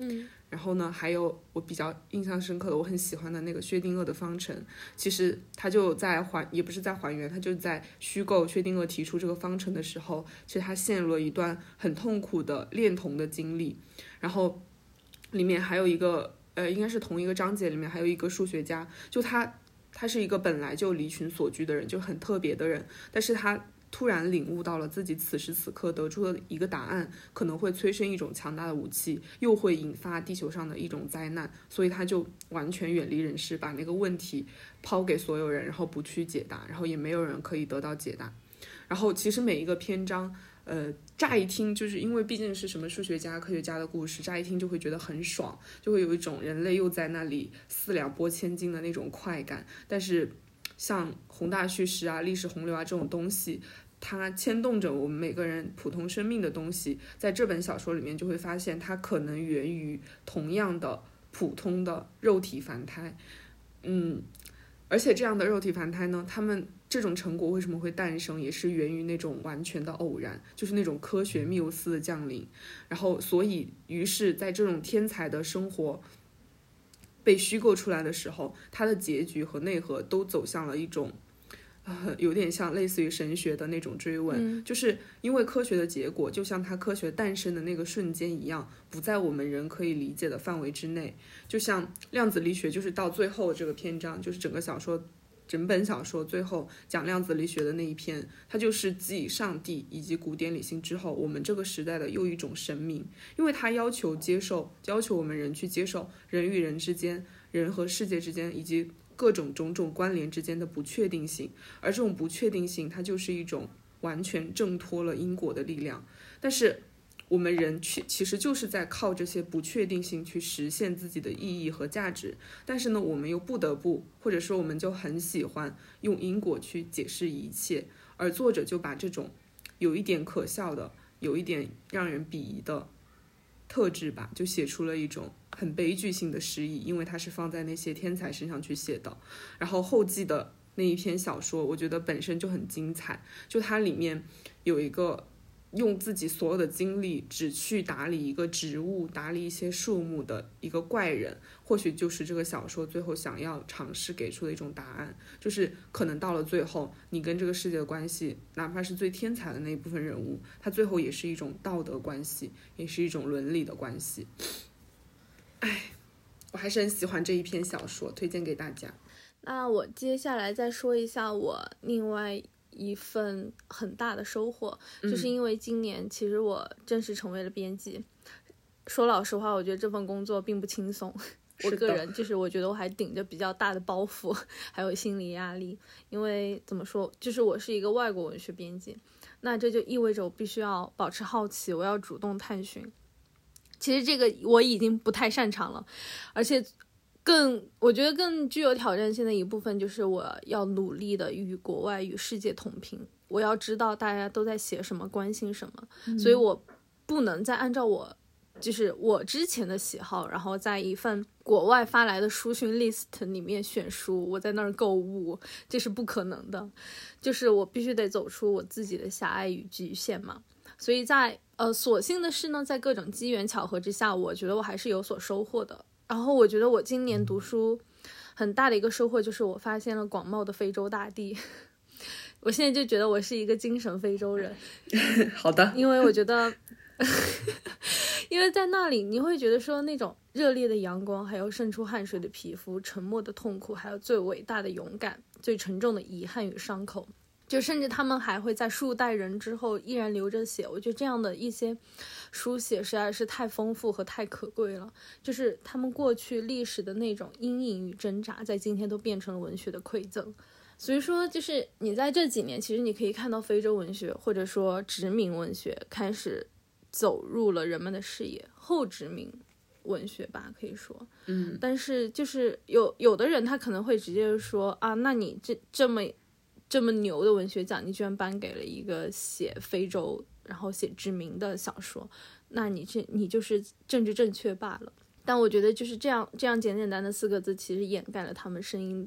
然后呢，还有我比较印象深刻的，我很喜欢的那个薛定谔的方程，其实他就在还，也不是在还原，他就在虚构薛定谔提出这个方程的时候，其实他陷入了一段很痛苦的恋童的经历。然后里面还有一个，呃，应该是同一个章节里面还有一个数学家，就他他是一个本来就离群索居的人，就很特别的人，但是他突然领悟到了自己此时此刻得出的一个答案可能会催生一种强大的武器，又会引发地球上的一种灾难，所以他就完全远离人世，把那个问题抛给所有人，然后不去解答，然后也没有人可以得到解答。然后其实每一个篇章呃，乍一听就是因为毕竟是什么数学家科学家的故事，乍一听就会觉得很爽，就会有一种人类又在那里四两拨千斤的那种快感。但是像宏大叙事啊、历史洪流啊这种东西，它牵动着我们每个人普通生命的东西，在这本小说里面就会发现它可能源于同样的普通的肉体凡胎。嗯，而且这样的肉体凡胎呢，他们这种成果为什么会诞生，也是源于那种完全的偶然，就是那种科学缪斯的降临。然后所以于是在这种天才的生活被虚构出来的时候，它的结局和内核都走向了一种呃，有点像类似于神学的那种追问、嗯、就是因为科学的结果就像它科学诞生的那个瞬间一样，不在我们人可以理解的范围之内。就像量子力学，就是到最后这个篇章，就是整个小说整本小说最后讲量子力学的那一篇，它就是继上帝以及古典理性之后，我们这个时代的又一种神明，因为它要求接受要求我们人去接受人与人之间、人和世界之间以及各种种种关联之间的不确定性，而这种不确定性它就是一种完全挣脱了因果的力量。但是我们人去其实就是在靠这些不确定性去实现自己的意义和价值，但是呢我们又不得不，或者说我们就很喜欢用因果去解释一切，而作者就把这种有一点可笑的、有一点让人鄙夷的特质吧，就写出了一种很悲剧性的诗意，因为它是放在那些天才身上去写的。然后后记的那一篇小说我觉得本身就很精彩，就它里面有一个用自己所有的精力只去打理一个植物、打理一些树木的一个怪人，或许就是这个小说最后想要尝试给出的一种答案，就是可能到了最后你跟这个世界的关系，哪怕是最天才的那一部分人物，他最后也是一种道德关系，也是一种伦理的关系。哎，我还是很喜欢这一篇小说，推荐给大家。 那我接下来再说一下我另外一份很大的收获，就是因为今年其实我正式成为了编辑、嗯、说老实话我觉得这份工作并不轻松，我个人就是我觉得我还顶着比较大的包袱还有心理压力，因为怎么说，就是我是一个外国文学编辑，那这就意味着我必须要保持好奇，我要主动探寻，其实这个我已经不太擅长了，而且更我觉得更具有挑战性的一部分就是我要努力的与国外与世界同频，我要知道大家都在写什么，关心什么、嗯、所以我不能再按照我就是我之前的喜好，然后在一份国外发来的书讯 list 里面选书，我在那儿购物，这是不可能的，就是我必须得走出我自己的狭隘与局限嘛。所以在呃，所幸的是呢，在各种机缘巧合之下，我觉得我还是有所收获的。然后我觉得我今年读书很大的一个收获就是我发现了广袤的非洲大地，我现在就觉得我是一个精神非洲人。 好的， 因为我觉得因为在那里你会觉得说那种热烈的阳光，还有渗出汗水的皮肤，沉默的痛苦，还有最伟大的勇敢，最沉重的遗憾与伤口，就甚至他们还会在数代人之后依然流着血，我觉得这样的一些书写实在是太丰富和太可贵了，就是他们过去历史的那种阴影与挣扎在今天都变成了文学的馈赠。所以说就是你在这几年其实你可以看到非洲文学或者说殖民文学开始走入了人们的视野，后殖民文学吧可以说， 嗯， 但是就是有有的人他可能会直接说啊，那你这这么这么牛的文学奖你居然颁给了一个写非洲然后写殖民的小说，那你这你就是政治正确罢了。但我觉得就是这样这样简简单的四个字其实掩盖了他们声音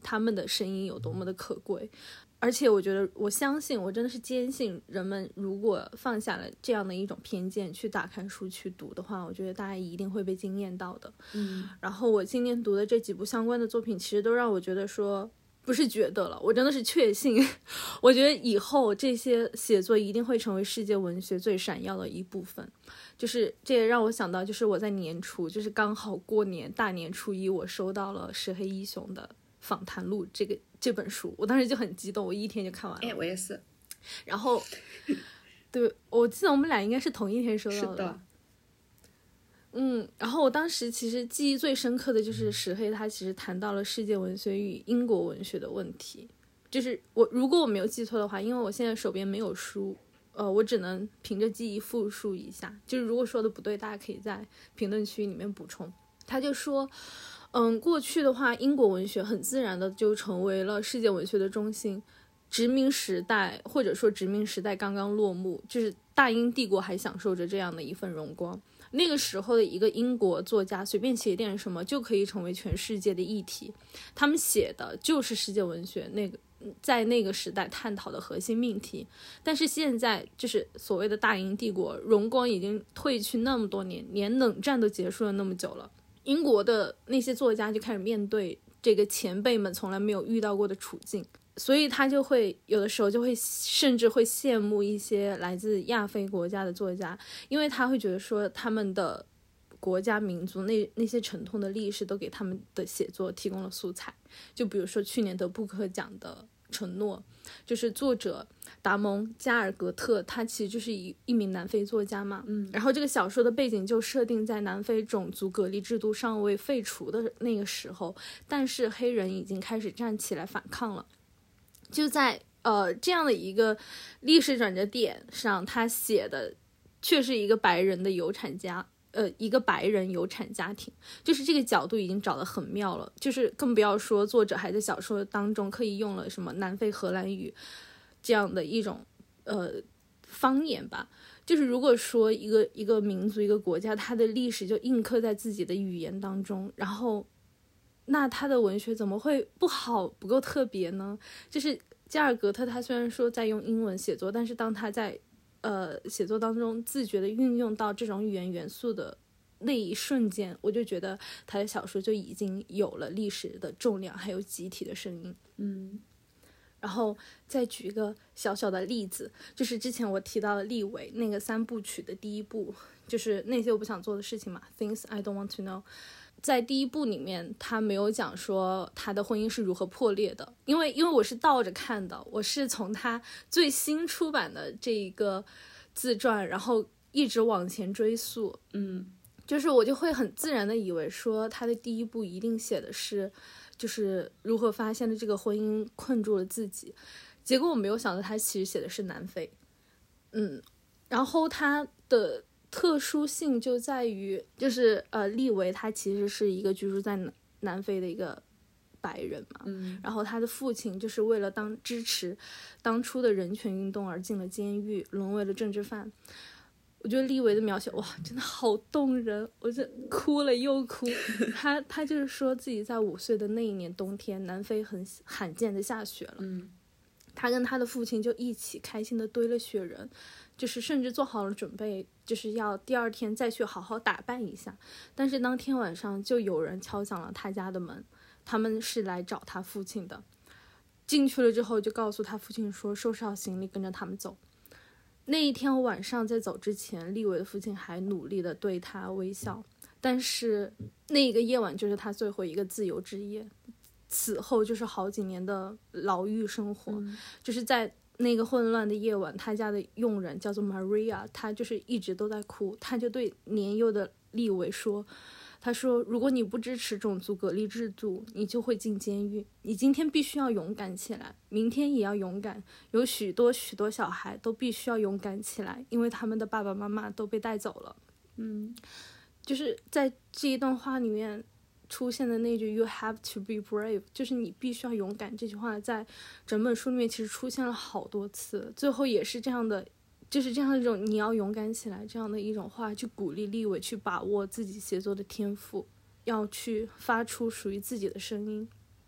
他们的声音有多么的可贵。而且我觉得，我相信，我真的是坚信，人们如果放下了这样的一种偏见，去打开书去读的话，我觉得大家一定会被惊艳到的。 嗯， 然后我今年读的这几部相关的作品，其实都让我觉得说，不是觉得了，我真的是确信，我觉得以后这些写作一定会成为世界文学最闪耀的一部分。就是这也让我想到，就是我在年初，就是刚好过年大年初一，我收到了石黑一雄的访谈录这个这本书，我当时就很激动，我一天就看完了。 哎，我也是。 然后，对，我记得我们俩应该是同一天收到的吧？嗯，然后我当时其实记忆最深刻的就是石黑，他其实谈到了世界文学与英国文学的问题。就是我如果我没有记错的话，因为我现在手边没有书，呃，我只能凭着记忆复述一下。就是如果说的不对，大家可以在评论区里面补充。他就说，嗯，过去的话，英国文学很自然的就成为了世界文学的中心。殖民时代或者说殖民时代刚刚落幕，就是大英帝国还享受着这样的一份荣光。那个时候的一个英国作家随便写点什么就可以成为全世界的议题，他们写的就是世界文学那个在那个时代探讨的核心命题。但是现在就是所谓的大英帝国荣光已经褪去那么多年，连冷战都结束了那么久了，英国的那些作家就开始面对这个前辈们从来没有遇到过的处境，所以他就会有的时候就会甚至会羡慕一些来自亚非国家的作家，因为他会觉得说他们的国家民族那那些沉痛的历史都给他们的写作提供了素材。就比如说去年得布克奖的承诺，就是作者达蒙加尔格特，他其实就是一一名南非作家嘛， 嗯， 然后这个小说的背景就设定在南非种族隔离制度尚未废除的那个时候，但是黑人已经开始站起来反抗了。就在呃这样的一个历史转折点上，他写的却是一个白人的有产家，呃，一个白人有产家庭，就是这个角度已经找得很妙了。就是更不要说作者还在小说当中刻意用了什么南非荷兰语这样的一种呃方言吧。就是如果说一个一个民族一个国家，它的历史就印刻在自己的语言当中，然后那他的文学怎么会不好不够特别呢？就是加尔格特他虽然说在用英文写作，但是当他在呃写作当中自觉的运用到这种语言元素的那一瞬间，我就觉得他的小说就已经有了历史的重量还有集体的声音。 嗯， 然后再举一个小小的例子，就是之前我提到的立伟那个三部曲的第一部，就是那些我不想做的事情嘛 Things I Don't Want to Know。在第一部里面他没有讲说他的婚姻是如何破裂的，因为因为我是倒着看的，我是从他最新出版的这一个自传然后一直往前追溯。 嗯， 就是我就会很自然的以为说他的第一部一定写的是就是如何发现的这个婚姻困住了自己，结果我没有想到他其实写的是南非。嗯，然后他的特殊性就在于就是呃，利维他其实是一个居住在南南非的一个白人嘛， 嗯， 然后他的父亲就是为了当支持当初的人权运动而进了监狱，沦为了政治犯。我觉得利维的描写哇真的好动人，我就哭了又哭。他他就是说自己在五岁的那一年冬天，南非很罕见的下雪了， 嗯， 他跟他的父亲就一起开心的堆了雪人，就是甚至做好了准备，就是要第二天再去好好打扮一下。但是当天晚上就有人敲响了他家的门，他们是来找他父亲的。进去了之后就告诉他父亲说收拾好行李跟着他们走。那一天晚上在走之前，利维的父亲还努力的对他微笑，但是那个夜晚就是他最后一个自由之夜，此后就是好几年的牢狱生活。 嗯， 就是在那个混乱的夜晚，他家的佣人叫做 Maria， 她就是一直都在哭。他就对年幼的利维说，他说如果你不支持种族隔离制度，你就会进监狱，你今天必须要勇敢起来，明天也要勇敢，有许多许多小孩都必须要勇敢起来，因为他们的爸爸妈妈都被带走了。 嗯， 就是在这一段话里面出现的那句 You have to be brave， 就是你必须要勇敢，这句话在整本书里面其实出现了好多次，最后也是这样的，就是这样一种你要勇敢起来这样的一种话，去鼓励利维去把握自己写作的天赋，要去发出属于自己的声音。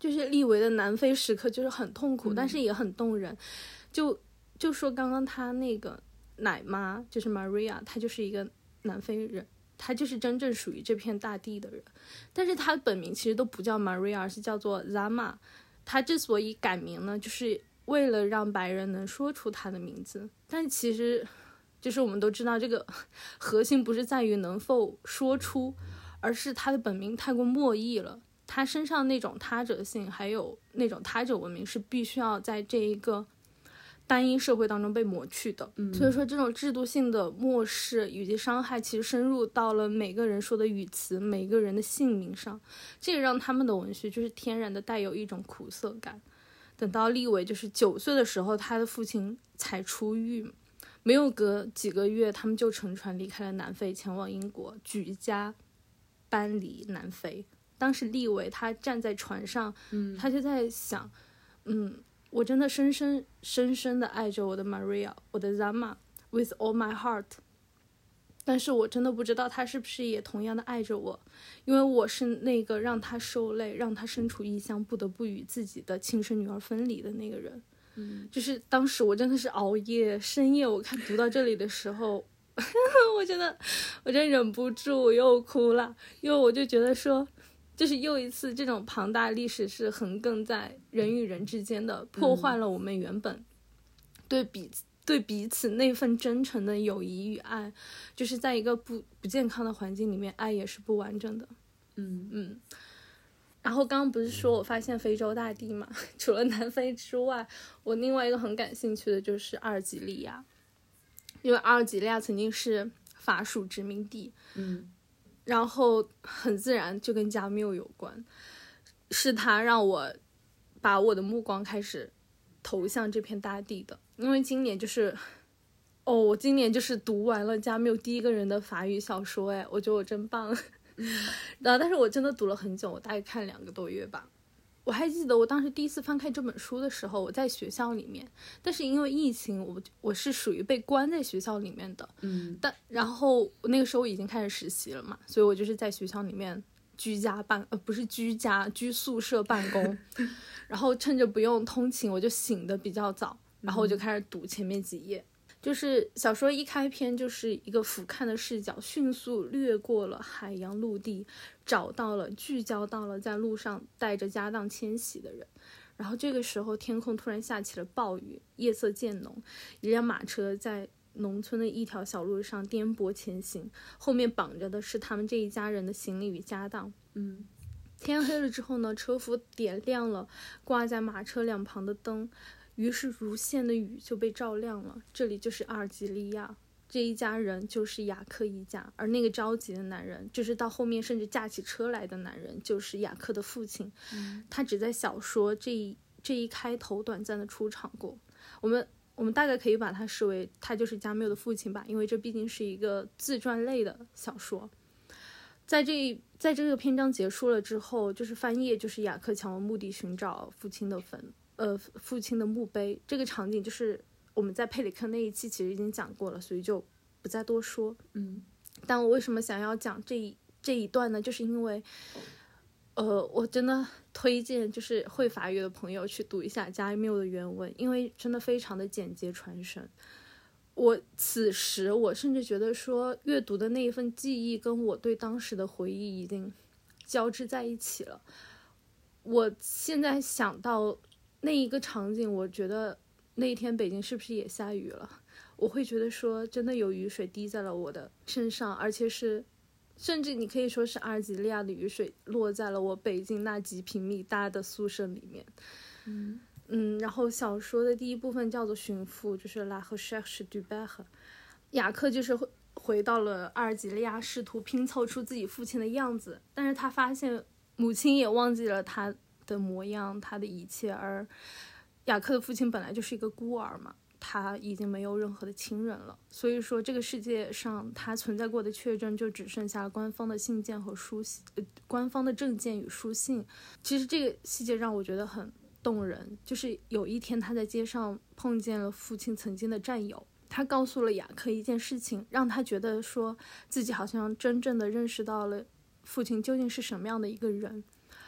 就是利维的南非时刻就是很痛苦、 嗯、 但是也很动人。就就说刚刚他那个奶妈就是 Maria， 她就是一个南非人，她就是真正属于这片大地的人，但是她本名其实都不叫 Maria， 而是叫做 Zama。 她之所以改名呢，就是为了让白人能说出她的名字，但其实就是我们都知道这个核心不是在于能否说出，而是她的本名太过默译了，她身上那种他者性还有那种他者文明是必须要在这一个单一社会当中被抹去的、嗯、所以说这种制度性的漠视以及伤害其实深入到了每个人说的语词每个人的姓名上，这也让他们的文学就是天然的带有一种苦涩感。等到利维就是九岁的时候，他的父亲才出狱，没有隔几个月他们就乘船离开了南非，前往英国，举家搬离南非。当时利维他站在船上、嗯、他就在想，嗯，我真的深深深深的爱着我的 Maria， 我的 Zama with all my heart， 但是我真的不知道他是不是也同样的爱着我，因为我是那个让他受累让他身处异乡不得不与自己的亲生女儿分离的那个人。嗯，就是当时我真的是熬夜深夜，我看读到这里的时候我真的我真忍不住我又哭了，因为我就觉得说就是又一次这种庞大历史是横亘在人与人之间的，破坏了我们原本对彼此、嗯、对彼此那份真诚的友谊与爱，就是在一个不不健康的环境里面，爱也是不完整的。嗯嗯。然后刚刚不是说我发现非洲大地嘛，除了南非之外，我另外一个很感兴趣的就是阿尔及利亚，因为阿尔及利亚曾经是法属殖民地。嗯。然后很自然就跟加缪有关，是他让我把我的目光开始投向这片大地的。因为今年就是哦我今年就是读完了加缪第一个人的法语小说，哎，我觉得我真棒。嗯、然后但是我真的读了很久，我大概看两个多月吧。我还记得我当时第一次翻开这本书的时候，我在学校里面，但是因为疫情，我我是属于被关在学校里面的。嗯，但然后那个时候已经开始实习了嘛，所以我就是在学校里面居家办呃不是居家居宿舍办公，然后趁着不用通勤，我就醒得比较早，然后我就开始读前面几页。就是小说一开篇就是一个俯瞰的视角，迅速掠过了海洋陆地，找到了聚焦到了在路上带着家当迁徙的人。然后这个时候天空突然下起了暴雨，夜色渐浓，一辆马车在农村的一条小路上颠簸前行，后面绑着的是他们这一家人的行李与家当。嗯，天黑了之后呢，车夫点亮了挂在马车两旁的灯，于是如线的雨就被照亮了。这里就是阿尔及利亚，这一家人就是雅克一家，而那个着急的男人，就是到后面甚至驾起车来的男人，就是雅克的父亲。嗯、他只在小说这一这一开头短暂的出场过。我们我们大概可以把他视为他就是加缪的父亲吧，因为这毕竟是一个自传类的小说。在这在这个篇章结束了之后，就是翻页，就是雅克前往墓地寻找父亲的坟。呃，父亲的墓碑，这个场景就是我们在佩里克那一期其实已经讲过了，所以就不再多说。嗯，但我为什么想要讲这一这一段呢？就是因为，呃，我真的推荐就是会法语的朋友去读一下加缪的原文，因为真的非常的简洁传神。我此时我甚至觉得说，阅读的那一份记忆跟我对当时的回忆已经交织在一起了。我现在想到那一个场景，我觉得那一天北京是不是也下雨了，我会觉得说真的有雨水滴在了我的身上，而且是甚至你可以说是阿尔及利亚的雨水落在了我北京那几平米大的宿舍里面。嗯嗯，然后小说的第一部分叫做寻父，就是 La recherche du père， 雅克就是回到了阿尔及利亚，试图拼凑出自己父亲的样子，但是他发现母亲也忘记了他的模样，他的一切，而雅克的父亲本来就是一个孤儿嘛，他已经没有任何的亲人了，所以说这个世界上他存在过的确证就只剩下官方的信件和书信、呃、官方的证件与书信。其实这个细节让我觉得很动人，就是有一天他在街上碰见了父亲曾经的战友，他告诉了雅克一件事情，让他觉得说自己好像真正的认识到了父亲究竟是什么样的一个人。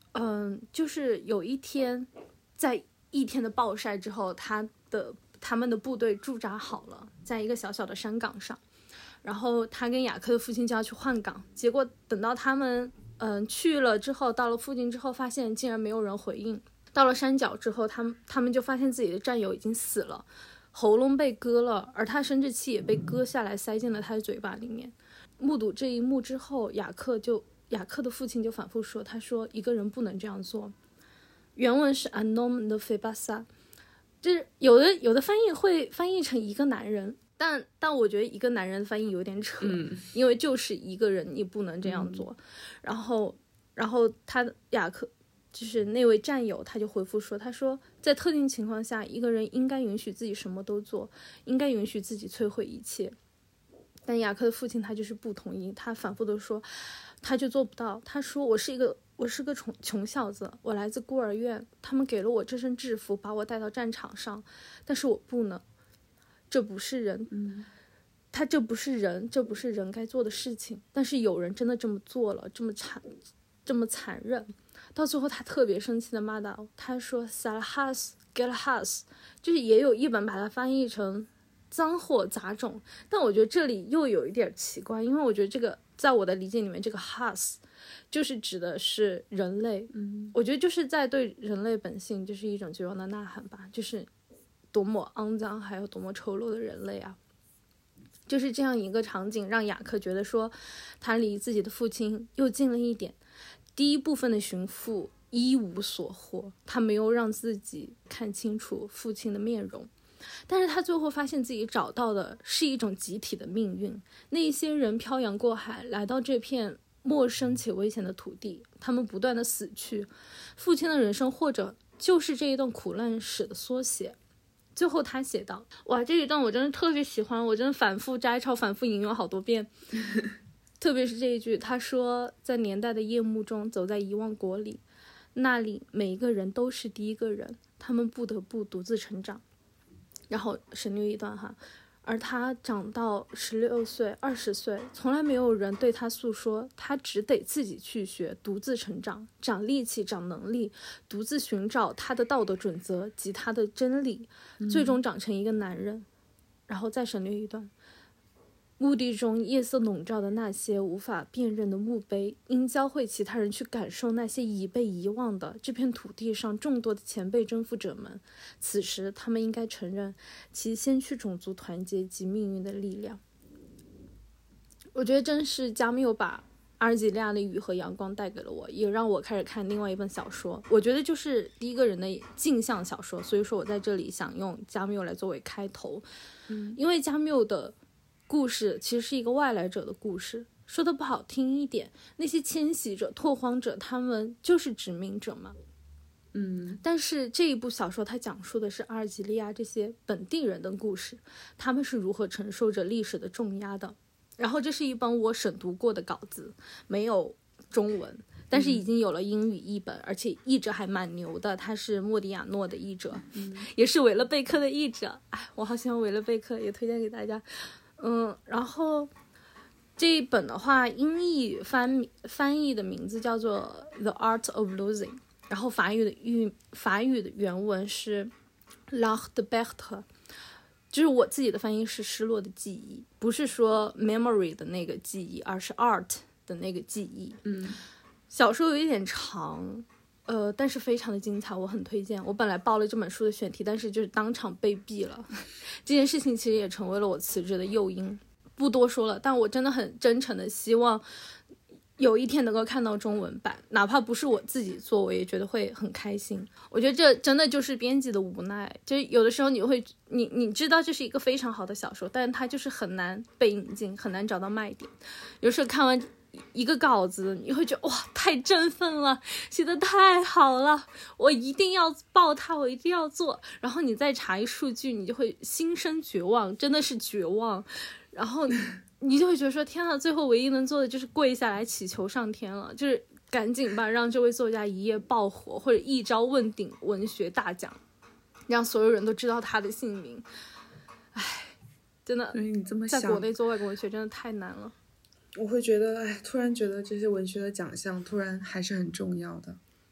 嗯，就是有一天，在一天的暴晒之后，他的他们的部队驻扎好了，在一个小小的山岗上，然后他跟雅克的父亲就要去换岗，结果等到他们嗯去了之后，到了附近之后，发现竟然没有人回应。到了山脚之后，他们他们就发现自己的战友已经死了，喉咙被割了，而他生殖器也被割下来塞进了他的嘴巴里面。目睹这一幕之后，雅克就雅克的父亲就反复说，他说一个人不能这样做。原文是 un homme ne fait pas ça， 就是有的有的翻译会翻译成一个男人，但但我觉得一个男人翻译有点扯， 嗯、 因为就是一个人你不能这样做。嗯、然后然后他雅克就是那位战友他就回复说，他说在特定情况下，一个人应该允许自己什么都做，应该允许自己摧毁一切。但雅克的父亲他就是不同意，他反复的说他就做不到。他说我是一个我是个穷穷小子，我来自孤儿院，他们给了我这身制服，把我带到战场上，但是我不能，这不是人， 嗯， 他这不是人，这不是人该做的事情。但是有人真的这么做了，这么残，这么残忍。到最后他特别生气的骂道，他说 Salhas Gelhas， 就是也有一本把它翻译成脏货杂种，但我觉得这里又有一点奇怪，因为我觉得这个在我的理解里面，这个 has 就是指的是人类， 嗯， 我觉得就是在对人类本性就是一种绝望的呐喊吧，就是多么肮脏还有多么丑陋的人类啊。就是这样一个场景让雅克觉得说他离自己的父亲又近了一点。第一部分的寻父一无所获，他没有让自己看清楚父亲的面容，但是他最后发现自己找到的是一种集体的命运。那一些人漂洋过海来到这片陌生且危险的土地，他们不断的死去，父亲的人生或者就是这一段苦难史的缩写。最后他写道，哇，这一段我真的特别喜欢，我真的反复摘抄反复引用好多遍特别是这一句，他说在年代的夜幕中走在遗忘国里，那里每一个人都是第一个人，他们不得不独自成长。然后省略一段哈，而他长到十六岁二十岁，从来没有人对他诉说，他只得自己去学，独自成长，长力气长能力，独自寻找他的道德准则及他的真理，最终长成一个男人。嗯、然后再省略一段，墓地中夜色笼罩的那些无法辨认的墓碑，因教会其他人去感受那些已被遗忘的这片土地上众多的前辈征服者们，此时他们应该承认其先驱种族团结及命运的力量。我觉得真是加缪把阿尔及利亚的雨和阳光带给了我，也让我开始看另外一本小说，我觉得就是第一个人的镜像小说，所以说我在这里想用加缪来作为开头。嗯，因为加缪的故事其实是一个外来者的故事，说的不好听一点，那些迁徙者拓荒者他们就是殖民者嘛。 嗯， 但是这一部小说它讲述的是阿尔及利亚这些本地人的故事，他们是如何承受着历史的重压的。然后这是一本我审读过的稿子，没有中文，但是已经有了英语译本，嗯、而且译者还蛮牛的，他是莫迪亚诺的译者，嗯、也是维勒贝克的译者。哎，我好喜欢维勒贝克，也推荐给大家。嗯，然后这一本的话，英译翻翻译的名字叫做《The Art of Losing》，然后法语的语法语的原文是 L'art de perdre， 就是我自己的翻译是失落的记忆，不是说 memory 的那个记忆，而是 art 的那个记忆。 嗯， 小说有一点长。呃，但是非常的精彩，我很推荐。我本来报了这本书的选题，但是就是当场被毙了。这件事情其实也成为了我辞职的诱因。不多说了，但我真的很真诚的希望有一天能够看到中文版，哪怕不是我自己做，我也觉得会很开心。我觉得这真的就是编辑的无奈，就是有的时候你会，你你知道这是一个非常好的小说，但是它就是很难被引进，很难找到卖点。有时候看完一个稿子，你会觉得哇，太振奋了，写得太好了，我一定要报它，我一定要做。然后你再查一数据，你就会心生绝望，真的是绝望。然后你就会觉得说，天啊，最后唯一能做的就是跪下来祈求上天了，就是赶紧吧，让这位作家一夜爆火，或者一朝问鼎文学大奖，让所有人都知道他的姓名。唉，真的， 所以你这么想， 在国内做外国文学真的太难了。 我会觉得，哎，突然觉得这些文学的奖项突然还是很重要的，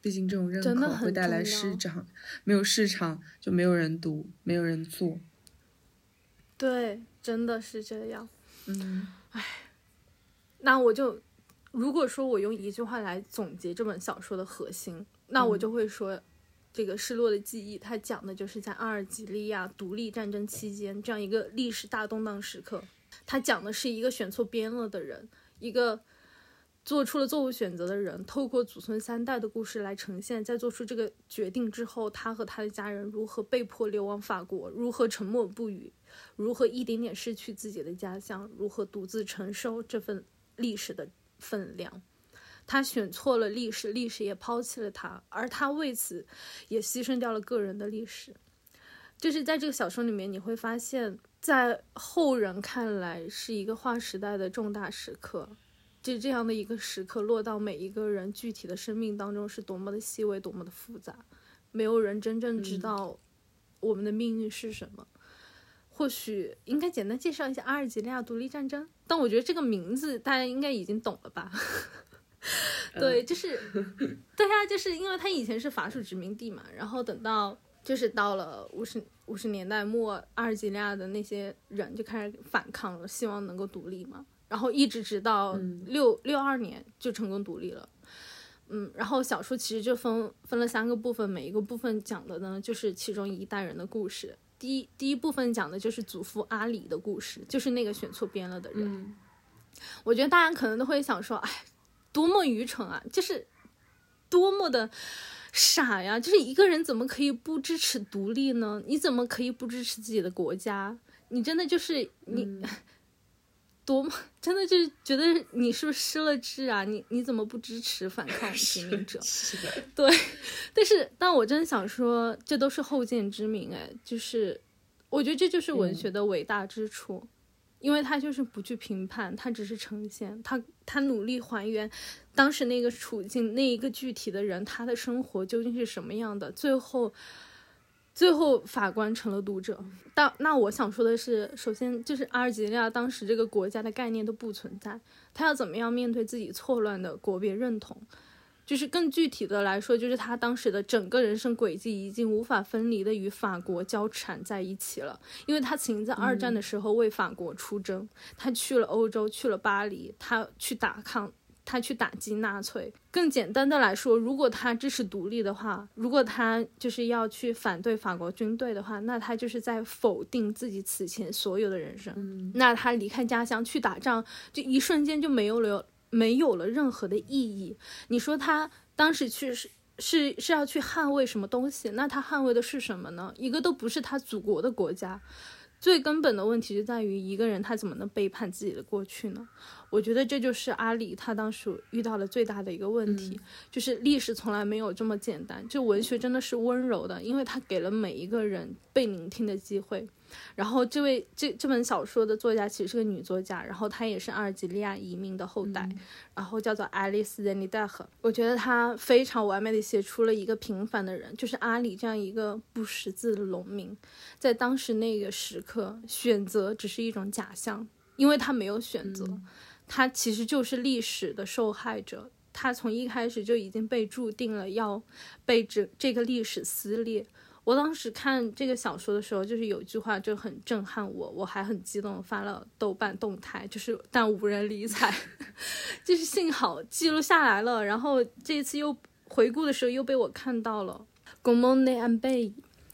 毕竟这种认真的可会带来很重要市场，没有市场就没有人读，没有人做。 对，真的是这样。 嗯， 那我就如果说我用一句话来总结这本小说的核心，那我就会说，这个失落的记忆它讲的就是在阿尔及利亚独立战争期间这样一个历史大动荡时刻，它讲的是一个选错边了的人，一个做出了错误选择的人，透过祖孙三代的故事来呈现，在做出这个决定之后，他和他的家人如何被迫流亡法国，如何沉默不语，如何一点点失去自己的家乡，如何独自承受这份历史的分量。他选错了历史，历史也抛弃了他，而他为此也牺牲掉了个人的历史。就是在这个小说里面，你会发现在后人看来是一个划时代的重大时刻，就这样的一个时刻落到每一个人具体的生命当中是多么的细微，多么的复杂，没有人真正知道我们的命运是什么。或许应该简单介绍一下阿尔及利亚独立战争，但我觉得这个名字大家应该已经懂了吧。对，就是对啊，就是因为他以前是法属殖民地嘛，然后等到就是到了五十五十年代末，阿尔及利亚的那些人就开始反抗了，希望能够独立嘛，然后一直直到六六二年就成功独立了。嗯，然后小说其实就分分了三个部分，每一个部分讲的呢就是其中一代人的故事。第一第一部分讲的就是祖父阿里的故事，就是那个选错边了的人。 嗯， 我觉得大家可能都会想说，哎，多么愚蠢啊，就是多么的傻呀，就是一个人怎么可以不支持独立呢？你怎么可以不支持自己的国家？你真的就是你、嗯、多么真的就是觉得你是不是失了智啊？你你怎么不支持反抗殖民者？对，但是但我真的想说，这都是后见之明。哎，就是我觉得这就是文学的伟大之处。嗯，因为他就是不去评判，他只是呈现，他他努力还原当时那个处境，那一个具体的人他的生活究竟是什么样的，最后最后法官成了读者。但那我想说的是，首先就是阿尔及利亚当时这个国家的概念都不存在，他要怎么样面对自己错乱的国别认同，就是更具体的来说，就是他当时的整个人生轨迹已经无法分离的与法国交缠在一起了。因为他曾经在二战的时候为法国出征、嗯、他去了欧洲，去了巴黎，他去打抗他去打击纳粹。更简单的来说，如果他支持独立的话，如果他就是要去反对法国军队的话，那他就是在否定自己此前所有的人生、嗯、那他离开家乡去打仗，就一瞬间就没有了没有了任何的意义。你说他当时去是是是要去捍卫什么东西？那他捍卫的是什么呢？一个都不是他祖国的国家。最根本的问题就在于一个人他怎么能背叛自己的过去呢？我觉得这就是阿里他当时遇到的最大的一个问题、嗯、就是历史从来没有这么简单，就文学真的是温柔的，因为他给了每一个人被聆听的机会。然后这位这这本小说的作家其实是个女作家，然后她也是阿尔及利亚移民的后代、嗯、然后叫做爱丽丝·珍妮戴赫。我觉得她非常完美的写出了一个平凡的人，就是阿里这样一个不识字的农民，在当时那个时刻选择只是一种假象，因为他没有选择、嗯、他其实就是历史的受害者，他从一开始就已经被注定了要被这这个历史撕裂。我当时看这个小说的时候，就是有一句话就很震撼我，我还很激动发了豆瓣动态，就是但无人理睬就是幸好记录下来了，然后这一次又回顾的时候又被我看到了。Comment un pays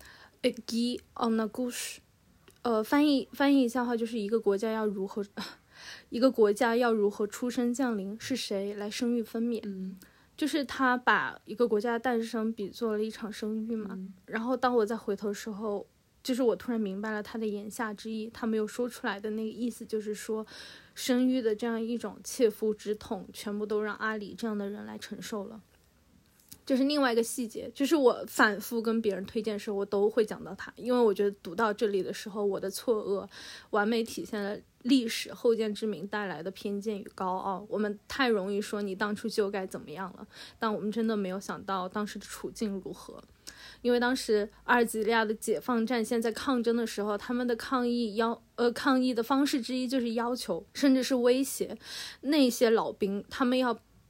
qui en a couche， 呃，翻译翻译一下的话，就是一个国家要如何一个国家要如何出生降临，是谁来生育分娩。嗯，就是他把一个国家的诞生比作了一场生育嘛、嗯、然后当我再回头的时候，就是我突然明白了他的言下之意，他没有说出来的那个意思，就是说生育的这样一种切肤之痛全部都让阿里这样的人来承受了。就是另外一个细节，就是我反复跟别人推荐的时候我都会讲到他，因为我觉得读到这里的时候，我的错愕完美体现了历史后见之明带来的偏见与高傲。我们太容易说你当初就该怎么样了，但我们真的没有想到当时的处境如何。因为当时阿尔及利亚的解放战线在抗争的时候，他们的抗议要呃抗议的方式之一就是要求甚至是威胁那些老兵，他们要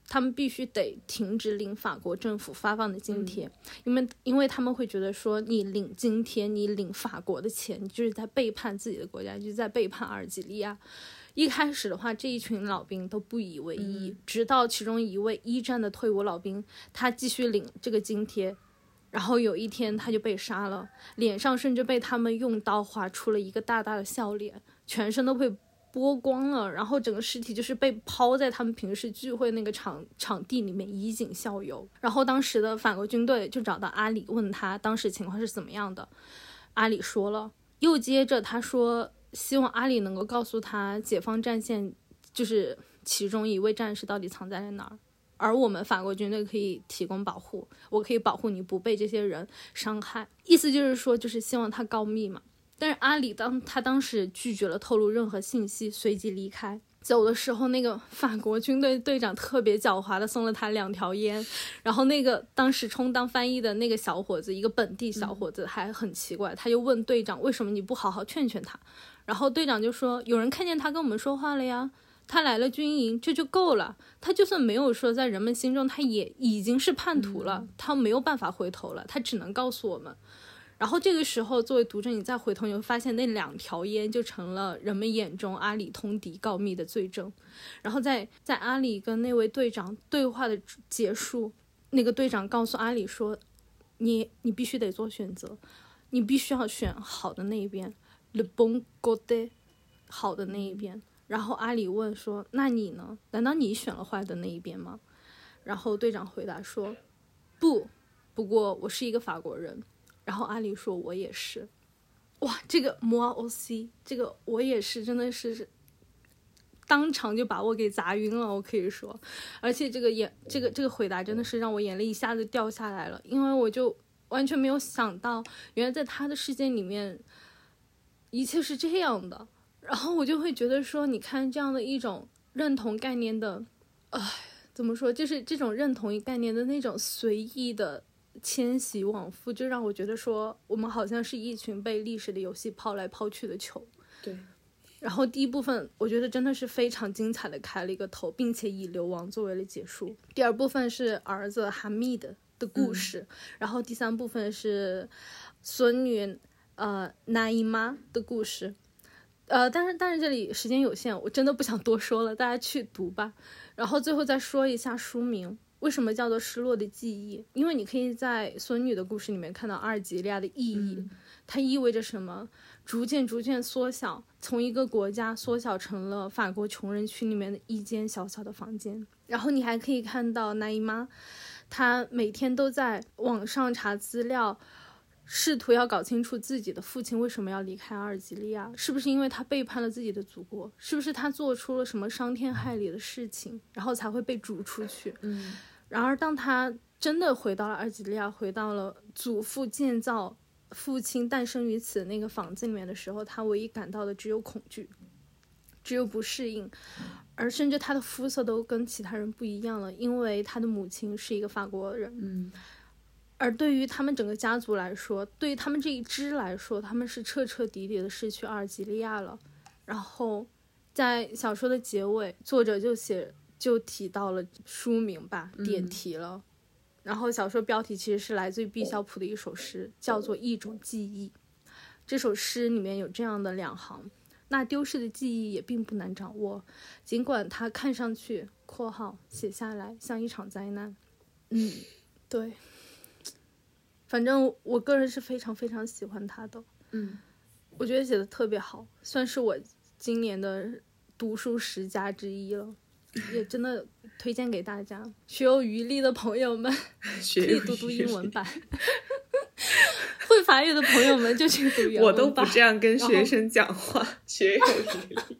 他们必须得停止领法国政府发放的津贴，嗯、因为因为他们会觉得说，你领津贴，你领法国的钱，你就是在背叛自己的国家，就是在背叛阿尔及利亚。一开始的话，这一群老兵都不以为意，嗯、直到其中一位一战的退伍老兵，他继续领这个津贴，然后有一天他就被杀了，脸上甚至被他们用刀划出了一个大大的笑脸，全身都被剥光了，然后整个尸体就是被抛在他们平时聚会那个场场地里面，以儆效尤。然后当时的法国军队就找到阿里，问他当时情况是怎么样的。阿里说了，又接着他说希望阿里能够告诉他解放战线就是其中一位战士到底藏在了哪儿，而我们法国军队可以提供保护，我可以保护你不被这些人伤害。意思就是说，就是希望他告密嘛。但是阿里当他当时拒绝了透露任何信息，随即离开。走的时候，那个法国军队队长特别狡猾的送了他两条烟，然后那个当时充当翻译的那个小伙子，一个本地小伙子还很奇怪，他就问队长为什么你不好好劝劝他，然后队长就说有人看见他跟我们说话了呀，他来了军营这就够了，他就算没有说在人们心中他也已经是叛徒了，他没有办法回头了，他只能告诉我们。然后这个时候作为读者你再回头，你会发现那两条烟就成了人们眼中阿里通敌告密的罪证。然后在在阿里跟那位队长对话的结束，那个队长告诉阿里说，你你必须得做选择，你必须要选好的那一边 le bon côté 好的那一边。然后阿里问说，那你呢？难道你选了坏的那一边吗？然后队长回答说，不，不过我是一个法国人。然后阿里说，我也是。哇，这个 moi aussi 这个我也是真的是当场就把我给砸晕了，我可以说。而且这个眼这个这个回答真的是让我眼泪一下子掉下来了，因为我就完全没有想到原来在他的世界里面一切是这样的。然后我就会觉得说，你看这样的一种认同概念的唉怎么说，就是这种认同概念的那种随意的迁徙往复，就让我觉得说我们好像是一群被历史的游戏抛来抛去的球。 对。 然后第一部分我觉得真的是非常精彩的开了一个头，并且以流亡作为了结束。第二部分是儿子哈密的的故事、嗯、然后第三部分是孙女呃那伊妈的故事。呃，但是但是这里时间有限，我真的不想多说了，大家去读吧。然后最后再说一下书名，为什么叫做失落的记忆？因为你可以在孙女的故事里面看到阿尔及利亚的意义、嗯、它意味着什么，逐渐逐渐缩小，从一个国家缩小成了法国穷人区里面的一间小小的房间。然后你还可以看到奈伊妈，她每天都在网上查资料，试图要搞清楚自己的父亲为什么要离开阿尔及利亚，是不是因为他背叛了自己的祖国，是不是他做出了什么伤天害理的事情，然后才会被逐出去。 嗯， 然而当他真的回到了阿尔及利亚，回到了祖父建造父亲诞生于此那个房子里面的时候，他唯一感到的只有恐惧，只有不适应，而甚至他的肤色都跟其他人不一样了，因为他的母亲是一个法国人。 嗯， 而对于他们整个家族来说，对于他们这一支来说，他们是彻彻底底的失去阿尔及利亚了。然后在小说的结尾，作者就写就提到了书名吧，点题了、嗯、然后小说标题其实是来自于毕肖普的一首诗，叫做一种记忆。这首诗里面有这样的两行，那丢失的记忆也并不难掌握，尽管它看上去括号写下来像一场灾难。嗯，对，反正我个人是非常非常喜欢他的。 嗯， 我觉得写的特别好，算是我今年的读书十佳之一了，也真的推荐给大家。学有余力的朋友们可以读读英文版，会法语的朋友们就去读原文版。 我都不这样跟学生讲话，学有余力。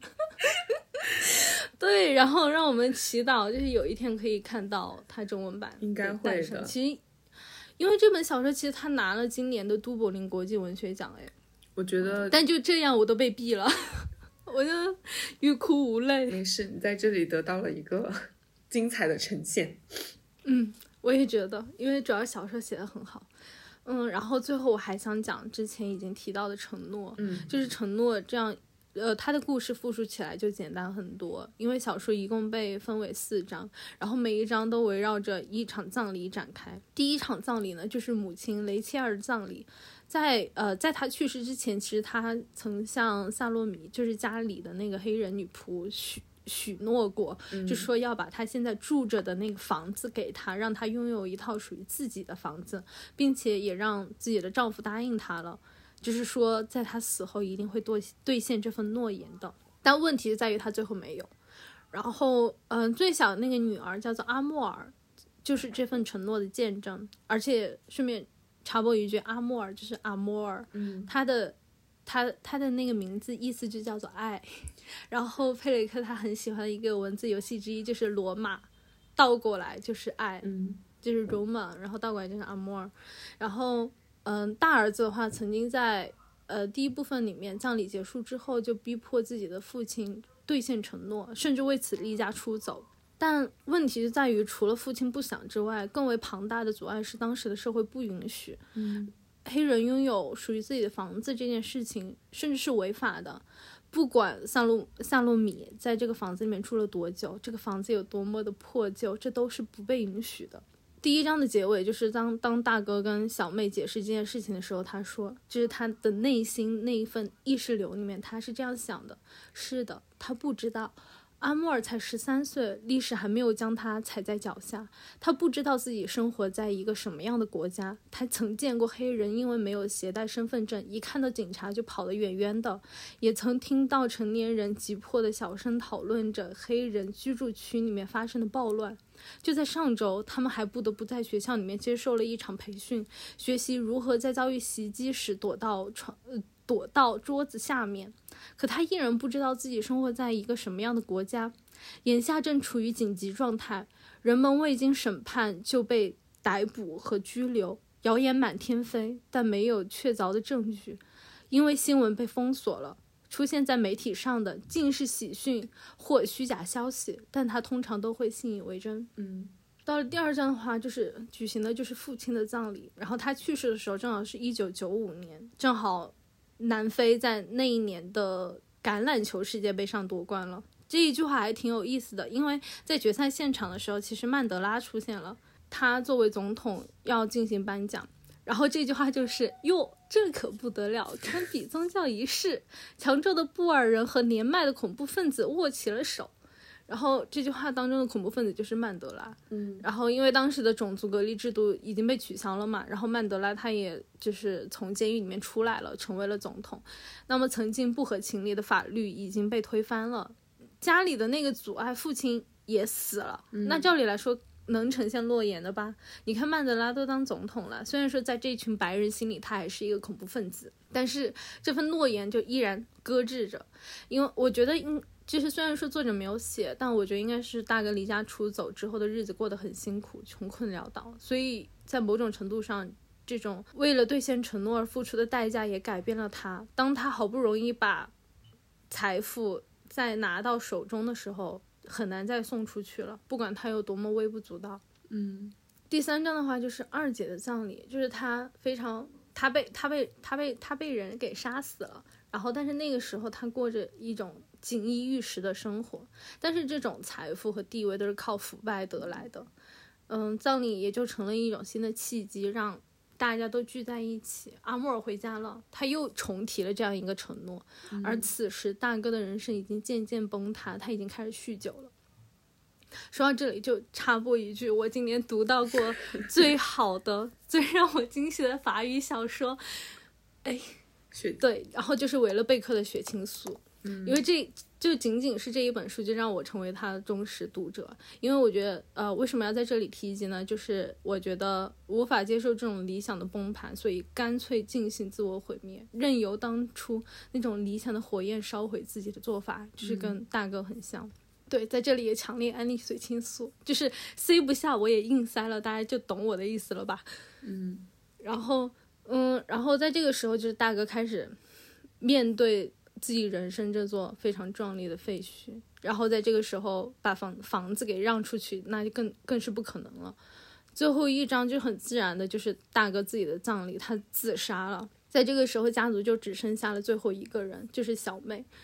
对，然后让我们祈祷，就是有一天可以看到它中文版。 应该会的。 其实因为这本小说其实他拿了今年的都柏林国际文学奖，哎， 我觉得， 但就这样我都被毙了，我就欲哭无泪。 没事，你在这里得到了一个精彩的呈现。 嗯，我也觉得，因为主要小说写得很好。嗯，然后最后我还想讲之前已经提到的承诺， 嗯， 就是承诺这样呃，他的故事复述起来就简单很多，因为小说一共被分为四章，然后每一章都围绕着一场葬礼展开。第一场葬礼呢，就是母亲雷切尔的葬礼。在呃，在他去世之前，其实他曾向萨洛米，就是家里的那个黑人女仆许许诺过， 嗯、 就说要把他现在住着的那个房子给他，让他拥有一套属于自己的房子，并且也让自己的丈夫答应他了。就是说在他死后一定会兑现这份诺言的，但问题在于他最后没有。然后嗯、呃，最小的那个女儿叫做阿莫尔，就是这份承诺的见证。而且顺便插播一句，阿莫尔就是阿莫尔， 嗯， 他的他他的那个名字意思就叫做爱。然后佩雷克他很喜欢的一个文字游戏之一就是罗马，倒过来就是爱， 嗯， 就是 Roma， 然后倒过来就是阿莫尔。然后嗯，大儿子的话曾经在呃第一部分里面葬礼结束之后就逼迫自己的父亲兑现承诺，甚至为此离家出走。但问题就在于，除了父亲不想之外，更为庞大的阻碍是当时的社会不允许。 嗯， 黑人拥有属于自己的房子这件事情甚至是违法的。不管萨洛萨洛米在这个房子里面住了多久，这个房子有多么的破旧，这都是不被允许的。第一章的结尾就是当当大哥跟小妹解释这件事情的时候，他说就是他的内心那一份意识流里面他是这样想的，是的，他不知道阿莫尔才十三岁，历史还没有将他踩在脚下，他不知道自己生活在一个什么样的国家。他曾见过黑人因为没有携带身份证，一看到警察就跑得远远的，也曾听到成年人急迫的小声讨论着黑人居住区里面发生的暴乱。就在上周，他们还不得不在学校里面接受了一场培训，学习如何在遭遇袭击时躲到床呃躲到桌子下面。可他依然不知道自己生活在一个什么样的国家。眼下正处于紧急状态，人们未经审判就被逮捕和拘留，谣言满天飞，但没有确凿的证据，因为新闻被封锁了。出现在媒体上的尽是喜讯或虚假消息，但他通常都会信以为真。 嗯， 到了第二章的话，就是举行的就是父亲的葬礼。然后他去世的时候正好是一九九五年，正好南非在那一年的橄榄球世界杯上夺冠了。这一句话还挺有意思的，因为在决赛现场的时候，其实曼德拉出现了，他作为总统要进行颁奖。然后这句话就是哟，这可不得了，堪比宗教仪式。强壮的布尔人和年迈的恐怖分子握起了手。然后这句话当中的恐怖分子就是曼德拉。 嗯， 然后因为当时的种族隔离制度已经被取消了嘛，然后曼德拉他也就是从监狱里面出来了，成为了总统。那么曾经不合情理的法律已经被推翻了，家里的那个阻碍父亲也死了。 嗯、 那照理来说能呈现诺言的吧？你看曼德拉都当总统了，虽然说在这群白人心里他还是一个恐怖分子，但是这份诺言就依然搁置着。因为我觉得应就是虽然说作者没有写，但我觉得应该是大哥离家出走之后的日子过得很辛苦，穷困潦倒，所以在某种程度上这种为了兑现承诺而付出的代价也改变了他。当他好不容易把财富再拿到手中的时候，很难再送出去了，不管他有多么微不足道。 嗯， 第三章的话就是二姐的葬礼，就是他非常他被他被他被他被人给杀死了，然后但是那个时候他过着一种锦衣玉食的生活，但是这种财富和地位都是靠腐败得来的。嗯，葬礼也就成了一种新的契机，让大家都聚在一起。阿莫尔回家了，他又重提了这样一个承诺、嗯、而此时大哥的人生已经渐渐崩塌，他已经开始酗酒了。说到这里就插播一句，我今年读到过最好的最让我惊喜的法语小说，哎，对，然后就是维勒贝克的《血清素》。嗯，因为这就仅仅是这一本书就让我成为他的忠实读者。因为我觉得呃，为什么要在这里提及呢？就是我觉得无法接受这种理想的崩盘，所以干脆进行自我毁灭，任由当初那种理想的火焰烧毁自己的做法，就是跟大哥很像。嗯，对，在这里也强烈安利水青素，就是塞不下我也硬塞了，大家就懂我的意思了吧。 嗯， 然后嗯，然后在这个时候就是大哥开始面对自己人生这座非常壮丽的废墟，然后在这个时候把房房子给让出去，那就更更是不可能了。最后一章就很自然的就是大哥自己的葬礼，他自杀了。在这个时候家族就只剩下了最后一个人，就是小妹。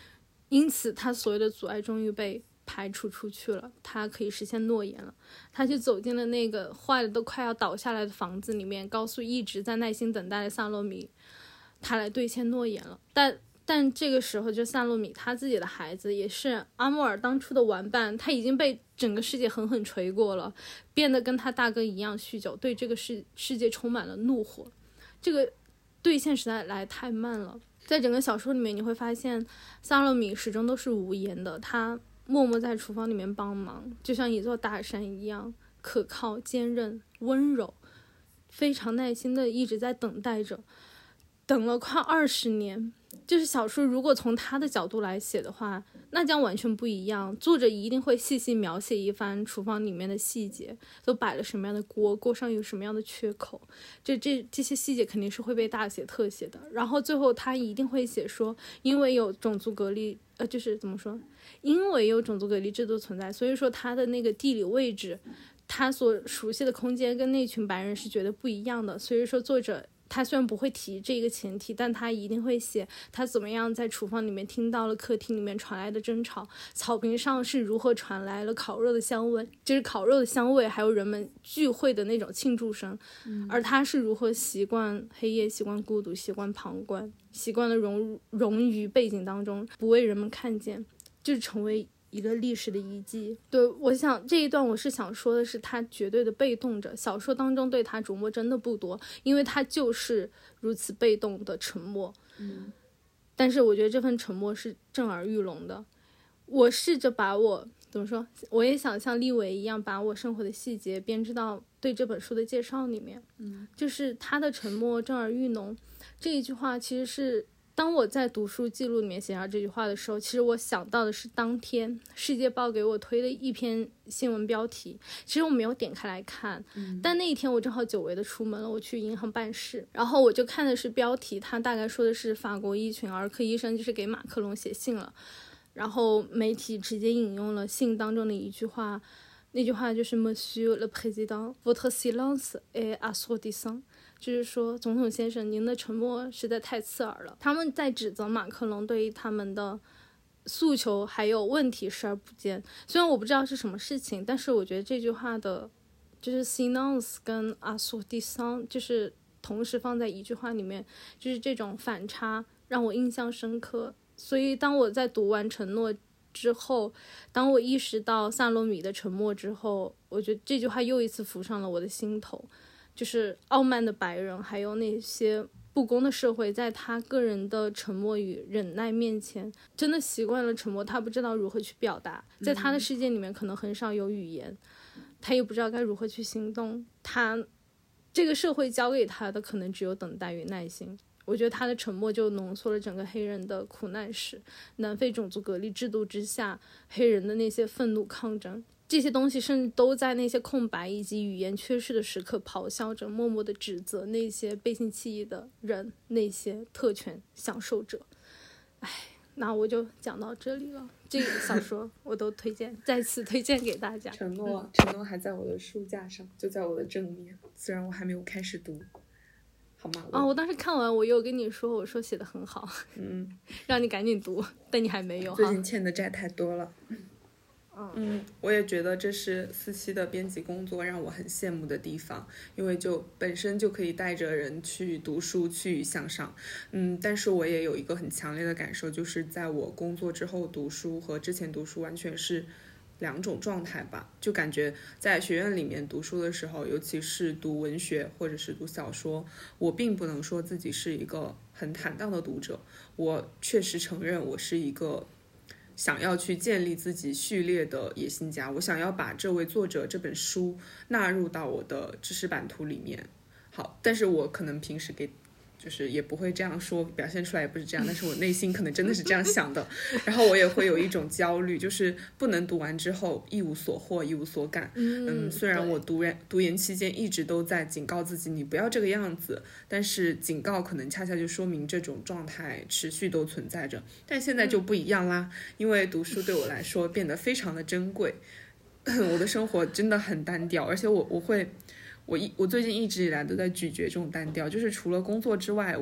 因此他所有的阻碍终于被排除出去了，他可以实现诺言了。他就走进了那个坏的都快要倒下来的房子里面，告诉一直在耐心等待的萨洛米，他来兑现诺言了。但但这个时候，就萨洛米他自己的孩子，也是阿莫尔当初的玩伴，他已经被整个世界狠狠锤过了，变得跟他大哥一样酗酒，对这个世世界充满了怒火。这个兑现实在来太慢了。在整个小说里面，你会发现萨洛米始终都是无言的，他默默在厨房里面帮忙，就像一座大山一样，可靠、坚韧、温柔，非常耐心的一直在等待着，等了快二十年。就是小说如果从他的角度来写的话，那将完全不一样。作者一定会细细描写一番厨房里面的细节，都摆了什么样的锅，锅上有什么样的缺口，这这这些细节肯定是会被大写特写的。然后最后他一定会写说，因为有种族隔离，呃，就是怎么说，因为有种族隔离制度存在，所以说他的那个地理位置，他所熟悉的空间跟那群白人是绝对不一样的。所以说作者他虽然不会提这个前提，但他一定会写他怎么样在厨房里面听到了客厅里面传来的争吵，草坪上是如何传来了烤肉的香味，就是烤肉的香味，还有人们聚会的那种庆祝声、嗯、而他是如何习惯黑夜，习惯孤独，习惯旁观，习惯了融融于背景当中，不为人们看见，就是成为一个历史的遗迹。对，我想这一段我是想说的是，他绝对的被动着，小说当中对他琢磨真的不多，因为他就是如此被动的沉默、嗯、但是我觉得这份沉默是震耳欲聋的。我试着把我怎么说，我也想像立伟一样，把我生活的细节编织到对这本书的介绍里面、嗯、就是他的沉默震耳欲聋这一句话，其实是当我在读书记录里面写下这句话的时候，其实我想到的是当天世界报给我推的一篇新闻标题，其实我没有点开来看、嗯、但那一天我正好久违的出门了，我去银行办事，然后我就看的是标题，它大概说的是法国一群儿科医生就是给马克龙写信了，然后媒体直接引用了信当中的一句话，那句话就是 Monsieur le Président, votre silence est assourdissant，就是说总统先生您的沉默实在太刺耳了。他们在指责马克龙对于他们的诉求还有问题视而不见，虽然我不知道是什么事情，但是我觉得这句话的就是 silence 跟 assourdissant 就是同时放在一句话里面，就是这种反差让我印象深刻。所以当我在读完承诺之后，当我意识到萨洛米的沉默之后，我觉得这句话又一次浮上了我的心头，就是傲慢的白人还有那些不公的社会，在他个人的沉默与忍耐面前真的习惯了沉默，他不知道如何去表达，在他的世界里面可能很少有语言，他也不知道该如何去行动，他这个社会教给他的可能只有等待与耐心。我觉得他的沉默就浓缩了整个黑人的苦难史，南非种族隔离制度之下黑人的那些愤怒抗争，这些东西甚至都在那些空白以及语言缺失的时刻咆哮着，默默的指责那些背信弃义的人，那些特权享受者。哎，那我就讲到这里了，这个小说我都推荐，再次推荐给大家。 承诺、嗯、承诺还在我的书架上，就在我的正面，虽然我还没有开始读。好吗？ 啊、哦，我当时看完我有跟你说，我说写得很好， 嗯， 让你赶紧读，但你还没有。 最近欠的债太多了。 嗯嗯，我也觉得这是四期的编辑工作让我很羡慕的地方，因为就本身就可以带着人去读书去向上。嗯，但是我也有一个很强烈的感受，就是在我工作之后读书和之前读书完全是两种状态吧，就感觉在学院里面读书的时候，尤其是读文学或者是读小说，我并不能说自己是一个很坦荡的读者，我确实承认我是一个想要去建立自己序列的野心家，我想要把这位作者这本书纳入到我的知识版图里面。好，但是我可能平时给就是也不会这样说，表现出来也不是这样，但是我内心可能真的是这样想的。然后我也会有一种焦虑，就是不能读完之后一无所获一无所感。嗯, 嗯虽然我读研读研期间一直都在警告自己你不要这个样子，但是警告可能恰恰就说明这种状态持续都存在着。但现在就不一样啦，因为读书对我来说变得非常的珍贵。我的生活真的很单调，而且我我会我一我最近一直以来都在咀嚼这种单调，就是除了工作之外，我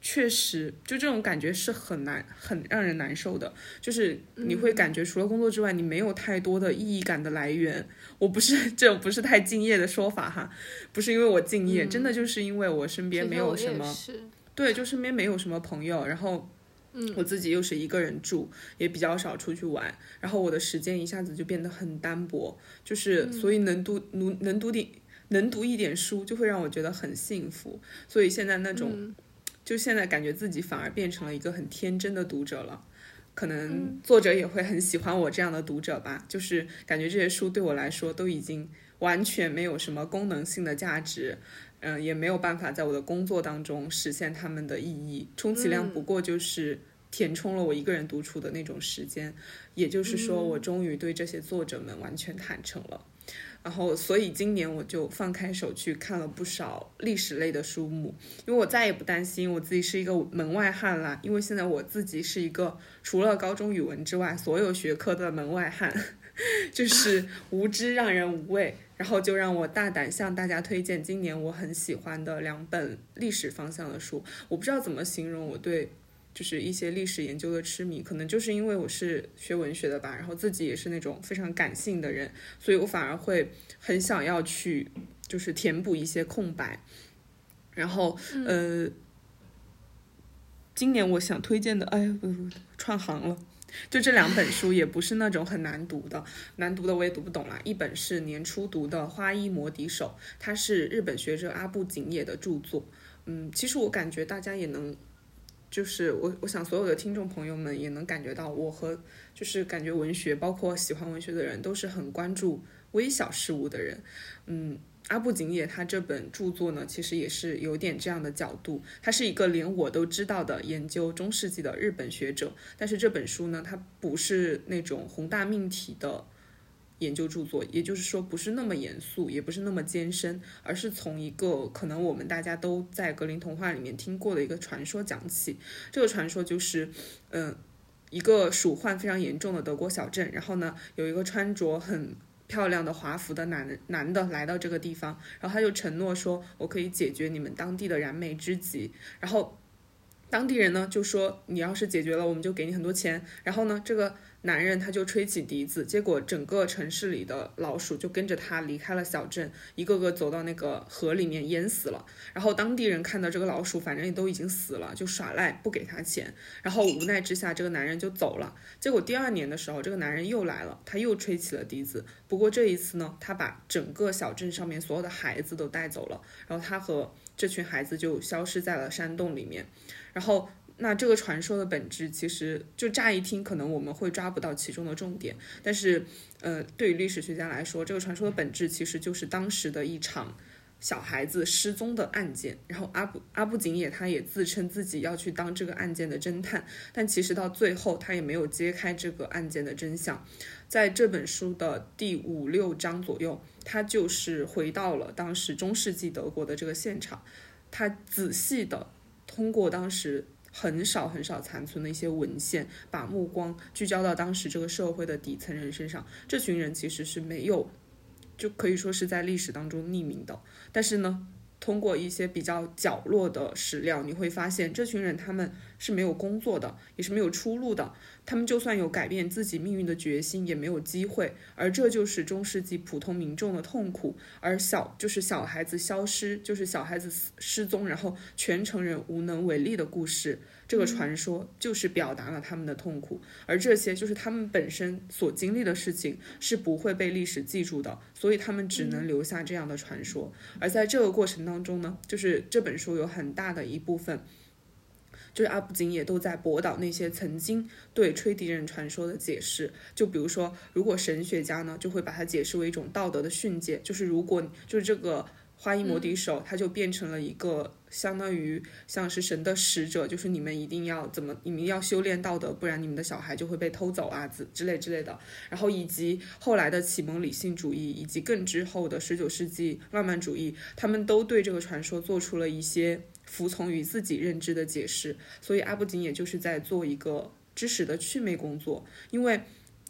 确实就这种感觉是很难很让人难受的，就是你会感觉除了工作之外你没有太多的意义感的来源。我不是这种不是太敬业的说法哈，不是因为我敬业、嗯、真的就是因为我身边没有什么，对，就身边没有什么朋友，然后我自己又是一个人住、嗯、也比较少出去玩，然后我的时间一下子就变得很单薄，就是所以能读能能读点能读一点书就会让我觉得很幸福。所以现在那种、嗯就现在感觉自己反而变成了一个很天真的读者了，可能作者也会很喜欢我这样的读者吧，就是感觉这些书对我来说都已经完全没有什么功能性的价值，嗯、呃，也没有办法在我的工作当中实现他们的意义，充其量不过就是填充了我一个人独处的那种时间，也就是说我终于对这些作者们完全坦诚了。然后所以今年我就放开手去看了不少历史类的书目，因为我再也不担心我自己是一个门外汉啦，因为现在我自己是一个除了高中语文之外所有学科的门外汉，就是无知让人无畏。然后就让我大胆向大家推荐今年我很喜欢的两本历史方向的书。我不知道怎么形容我对就是一些历史研究的痴迷，可能就是因为我是学文学的吧，然后自己也是那种非常感性的人，所以我反而会很想要去就是填补一些空白。然后、嗯、呃，今年我想推荐的，哎呀，串行了，就这两本书也不是那种很难读的，难读的我也读不懂啦。一本是年初读的《花衣魔笛手》，它是日本学者阿部景野的著作。嗯，其实我感觉大家也能。就是我我想所有的听众朋友们也能感觉到，我和就是感觉文学包括喜欢文学的人都是很关注微小事物的人。嗯，阿部景野他这本著作呢其实也是有点这样的角度，他是一个连我都知道的研究中世纪的日本学者，但是这本书呢它不是那种宏大命题的研究著作，也就是说不是那么严肃，也不是那么艰深，而是从一个可能我们大家都在格林童话里面听过的一个传说讲起。这个传说就是嗯、呃，一个鼠患非常严重的德国小镇，然后呢有一个穿着很漂亮的华服的男男的来到这个地方，然后他就承诺说我可以解决你们当地的燃眉之急，然后当地人呢就说你要是解决了我们就给你很多钱，然后呢这个男人他就吹起笛子，结果整个城市里的老鼠就跟着他离开了小镇，一个个走到那个河里面淹死了。然后当地人看到这个老鼠反正也都已经死了，就耍赖不给他钱，然后无奈之下这个男人就走了。结果第二年的时候这个男人又来了，他又吹起了笛子，不过这一次呢他把整个小镇上面所有的孩子都带走了，然后他和这群孩子就消失在了山洞里面。然后那这个传说的本质其实就乍一听可能我们会抓不到其中的重点，但是呃，对于历史学家来说，这个传说的本质其实就是当时的一场小孩子失踪的案件，然后阿部阿部景野他也自称自己要去当这个案件的侦探，但其实到最后他也没有揭开这个案件的真相。在这本书的第五六章左右，他就是回到了当时中世纪德国的这个现场，他仔细的通过当时很少很少残存的一些文献，把目光聚焦到当时这个社会的底层人身上。这群人其实是没有，就可以说是在历史当中匿名的，但是呢通过一些比较角落的史料，你会发现这群人他们是没有工作的，也是没有出路的，他们就算有改变自己命运的决心也没有机会，而这就是中世纪普通民众的痛苦。而小就是小孩子消失，就是小孩子失踪，然后全城人无能为力的故事，这个传说就是表达了他们的痛苦，而这些就是他们本身所经历的事情是不会被历史记住的，所以他们只能留下这样的传说。而在这个过程当中呢，就是这本书有很大的一部分就是阿部景野都在驳倒那些曾经对吹笛人传说的解释。就比如说如果神学家呢就会把它解释为一种道德的训诫，就是如果就是这个花衣魔笛手他就变成了一个相当于像是神的使者，就是你们一定要怎么你们要修炼道德，不然你们的小孩就会被偷走啊之类之类的。然后以及后来的启蒙理性主义以及更之后的十九世纪浪漫主义，他们都对这个传说做出了一些服从于自己认知的解释。所以阿部景野就是在做一个知识的祛魅工作，因为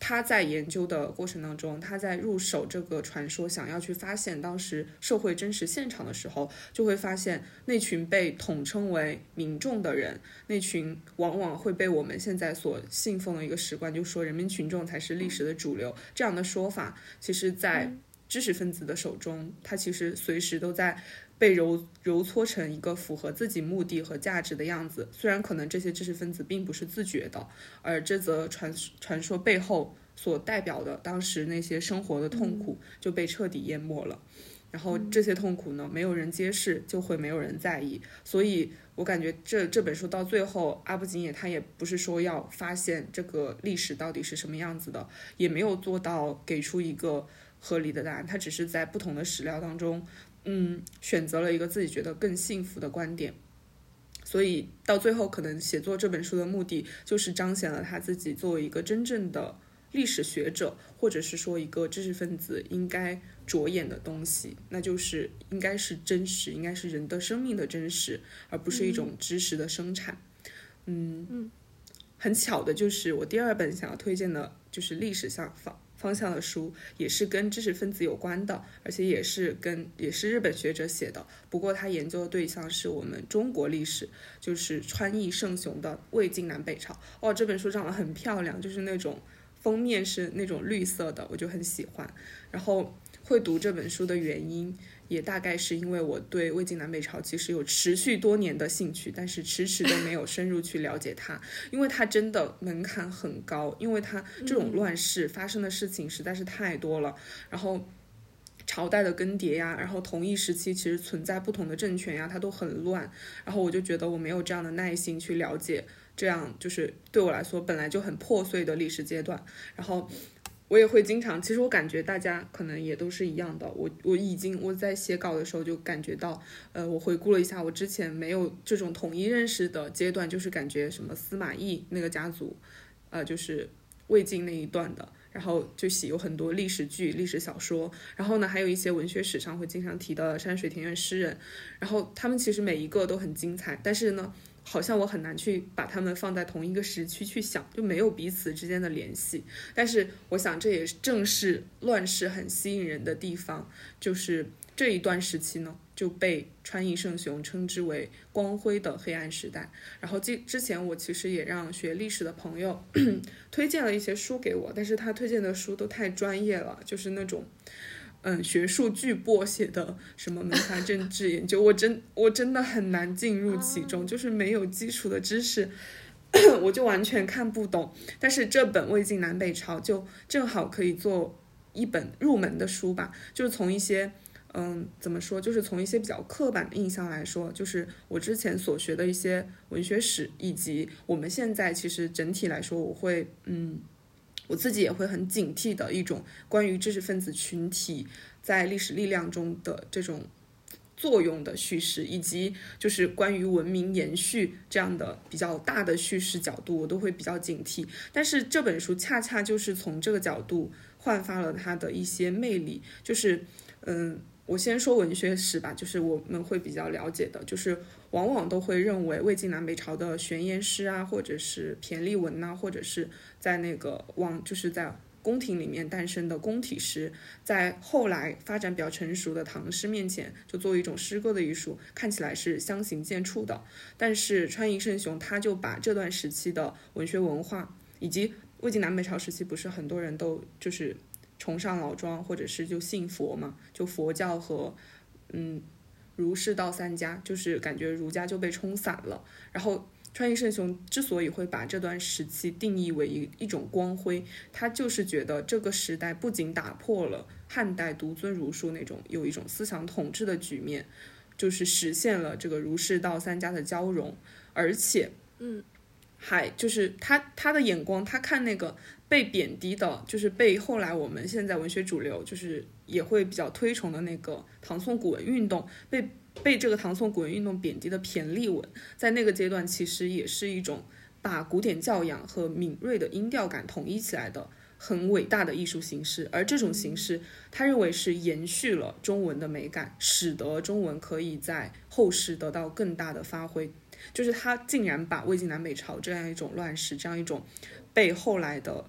他在研究的过程当中，他在入手这个传说，想要去发现当时社会真实现场的时候，就会发现那群被统称为民众的人，那群往往会被我们现在所信奉的一个史观，就是说人民群众才是历史的主流，这样的说法，其实在知识分子的手中，他其实随时都在被揉揉搓成一个符合自己目的和价值的样子。虽然可能这些知识分子并不是自觉的，而这则传传说背后所代表的当时那些生活的痛苦就被彻底淹没了。然后这些痛苦呢，没有人揭示，就会没有人在意。所以我感觉这这本书到最后，阿部景也他也不是说要发现这个历史到底是什么样子的，也没有做到给出一个合理的答案，他只是在不同的史料当中，嗯，选择了一个自己觉得更幸福的观点。所以到最后，可能写作这本书的目的，就是彰显了他自己作为一个真正的历史学者，或者是说一个知识分子应该着眼的东西，那就是应该是真实，应该是人的生命的真实，而不是一种知识的生产。嗯嗯，很巧的就是我第二本想要推荐的就是历史上方方向的书，也是跟知识分子有关的，而且也是跟也是日本学者写的，不过他研究的对象是我们中国历史，就是川义圣雄的《魏晋南北朝》。哦，这本书长得很漂亮，就是那种封面是那种绿色的，我就很喜欢。然后会读这本书的原因，也大概是因为我对魏晋南北朝其实有持续多年的兴趣，但是迟迟都没有深入去了解它，因为它真的门槛很高，因为它这种乱世发生的事情实在是太多了，然后朝代的更迭呀，然后同一时期其实存在不同的政权呀，它都很乱，然后我就觉得我没有这样的耐心去了解这样就是对我来说本来就很破碎的历史阶段。然后我也会经常，其实我感觉大家可能也都是一样的，我我已经我在写稿的时候就感觉到，呃，我回顾了一下我之前没有这种统一认识的阶段，就是感觉什么司马懿那个家族，呃，就是魏晋那一段的，然后就写有很多历史剧、历史小说，然后呢，还有一些文学史上会经常提到的山水田园诗人，然后他们其实每一个都很精彩，但是呢，好像我很难去把他们放在同一个时区去想，就没有彼此之间的联系。但是我想这也正是乱世很吸引人的地方，就是这一段时期呢就被川义圣雄称之为光辉的黑暗时代。然后之前我其实也让学历史的朋友推荐了一些书给我，但是他推荐的书都太专业了，就是那种嗯，学术巨擘写的什么门阀政治研究，我真我真的很难进入其中，就是没有基础的知识我就完全看不懂。但是这本魏晋南北朝就正好可以做一本入门的书吧，就是从一些嗯，怎么说，就是从一些比较刻板的印象来说，就是我之前所学的一些文学史，以及我们现在其实整体来说，我会嗯我自己也会很警惕的一种关于知识分子群体在历史力量中的这种作用的叙事，以及就是关于文明延续这样的比较大的叙事角度，我都会比较警惕。但是这本书恰恰就是从这个角度焕发了它的一些魅力，就是嗯。我先说文学史吧，就是我们会比较了解的，就是往往都会认为魏晋南北朝的玄言诗啊，或者是骈俪文呐、啊，或者是在那个往就是在宫廷里面诞生的宫体诗，在后来发展比较成熟的唐诗面前，就作为一种诗歌的艺术，看起来是相形见绌的。但是川义圣雄他就把这段时期的文学文化，以及魏晋南北朝时期，不是很多人都就是崇尚老庄，或者是就信佛嘛，就佛教和嗯儒释道三家，就是感觉儒家就被冲散了。然后川义圣雄之所以会把这段时期定义为一一种光辉，他就是觉得这个时代不仅打破了汉代独尊儒术那种有一种思想统治的局面，就是实现了这个儒释道三家的交融，而且嗯还就是他他的眼光，他看那个被贬低的，就是被后来我们现在文学主流就是也会比较推崇的那个唐宋古文运动，被被这个唐宋古文运动贬低的骈俪文，在那个阶段其实也是一种把古典教养和敏锐的音调感统一起来的很伟大的艺术形式。而这种形式他认为是延续了中文的美感，使得中文可以在后世得到更大的发挥。就是他竟然把魏晋南北朝这样一种乱世，这样一种被后来的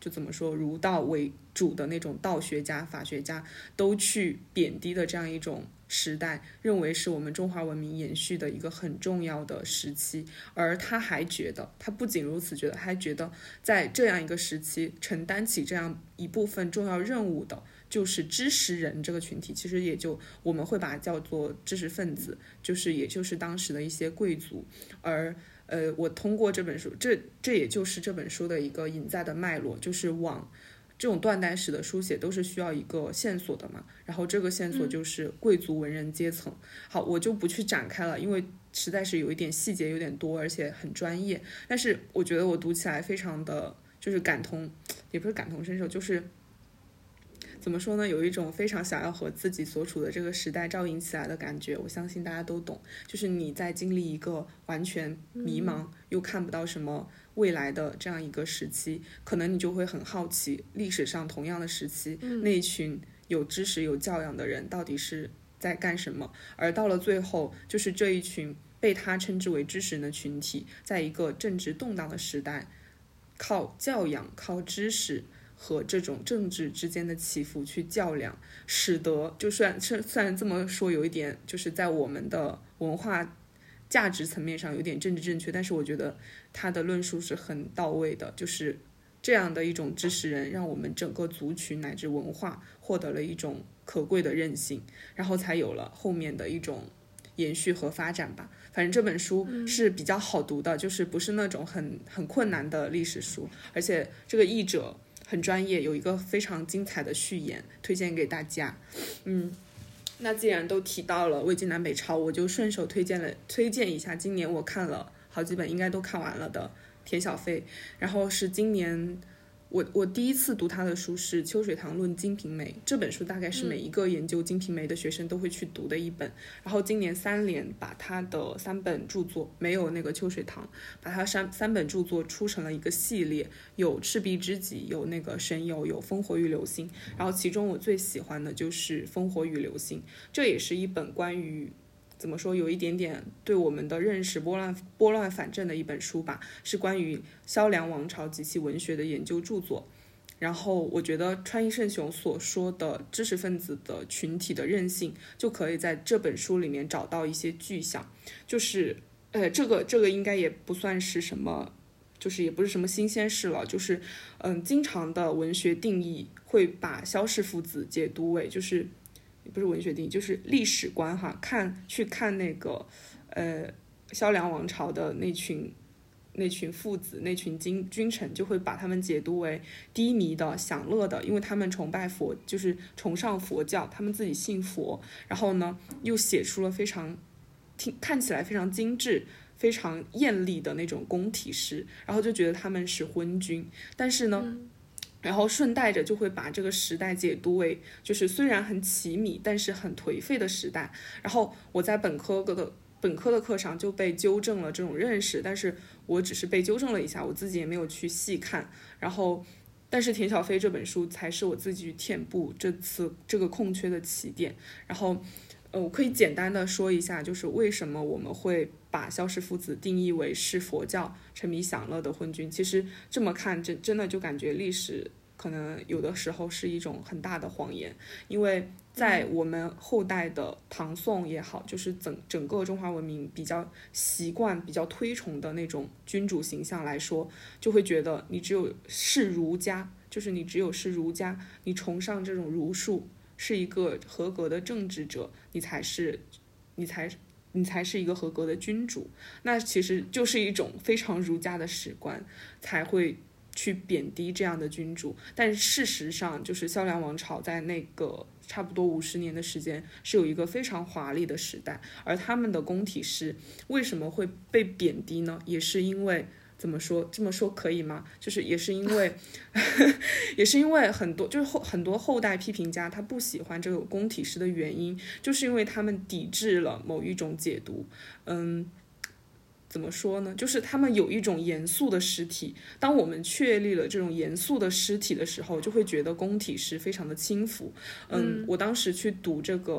就怎么说儒道为主的那种道学家法学家都去贬低的这样一种时代，认为是我们中华文明延续的一个很重要的时期。而他还觉得，他不仅如此觉得，还觉得在这样一个时期承担起这样一部分重要任务的就是知识人这个群体，其实也就我们会把它叫做知识分子，就是也就是当时的一些贵族。而呃，我通过这本书，这这也就是这本书的一个隐在的脉络，就是往这种断代史的书写都是需要一个线索的嘛，然后这个线索就是贵族文人阶层。好，我就不去展开了，因为实在是有一点细节有点多，而且很专业，但是我觉得我读起来非常的就是感同，也不是感同身受，就是怎么说呢，有一种非常想要和自己所处的这个时代照应起来的感觉。我相信大家都懂，就是你在经历一个完全迷茫又看不到什么未来的这样一个时期，可能你就会很好奇历史上同样的时期、嗯、那一群有知识有教养的人到底是在干什么。而到了最后，就是这一群被他称之为知识人的群体，在一个政治动荡的时代，靠教养靠知识和这种政治之间的起伏去较量，使得就算虽然这么说有一点就是在我们的文化价值层面上有点政治正确，但是我觉得他的论述是很到位的，就是这样的一种知识人让我们整个族群乃至文化获得了一种可贵的韧性，然后才有了后面的一种延续和发展吧。反正这本书是比较好读的，就是不是那种很很困难的历史书，而且这个译者很专业，有一个非常精彩的序言，推荐给大家。嗯，那既然都提到了魏晋南北朝，我就顺手推荐了推荐一下今年我看了好几本应该都看完了的田小飞。然后是今年我我第一次读他的书是《秋水堂论金瓶梅》，这本书大概是每一个研究金瓶梅的学生都会去读的一本、嗯、然后今年三联把他的三本著作，没有那个秋水堂，把他三三本著作出成了一个系列，有赤壁知己，有那个神游，有烽火与流星。然后其中我最喜欢的就是烽火与流星，这也是一本关于怎么说有一点点对我们的认识拨乱拨乱反正的一本书吧，是关于萧梁王朝及其文学的研究著作。然后我觉得川一圣雄所说的知识分子的群体的韧性就可以在这本书里面找到一些具象，就是呃，这个这个应该也不算是什么，就是也不是什么新鲜事了，就是嗯，经常的文学定义会把萧氏父子解读为就是不是文学定义，就是历史观哈，看去看那个呃萧梁王朝的那群那群父子那群君君臣，就会把他们解读为低迷的享乐的，因为他们崇拜佛，就是崇尚佛教，他们自己信佛，然后呢又写出了非常听看起来非常精致非常艳丽的那种宫体诗，然后就觉得他们是昏君。但是呢、嗯然后顺带着就会把这个时代解读为就是虽然很奇靡但是很颓废的时代。然后我在本科的本科的课上就被纠正了这种认识，但是我只是被纠正了一下，我自己也没有去细看。然后但是田小飞这本书才是我自己去填补这次这个空缺的起点。然后呃，我可以简单的说一下，就是为什么我们会把萧氏父子定义为是佛教沉迷享乐的昏君。其实这么看真真的就感觉历史可能有的时候是一种很大的谎言，因为在我们后代的唐宋也好，就是整整个中华文明比较习惯比较推崇的那种君主形象来说，就会觉得你只有是儒家，就是你只有是儒家，你崇尚这种儒术，是一个合格的政治者，你才是你才你才是一个合格的君主。那其实就是一种非常儒家的史观才会去贬低这样的君主。但事实上就是萧梁王朝在那个差不多五十年的时间是有一个非常华丽的时代，而他们的宫体诗为什么会被贬低呢？也是因为怎么说这么说可以吗？就是也是因为也是因为很多就是后很多后代批评家他不喜欢这个宫体诗的原因，就是因为他们抵制了某一种解读。嗯，怎么说呢，就是他们有一种严肃的诗体，当我们确立了这种严肃的诗体的时候，就会觉得宫体诗非常的轻浮。嗯，我当时去读这个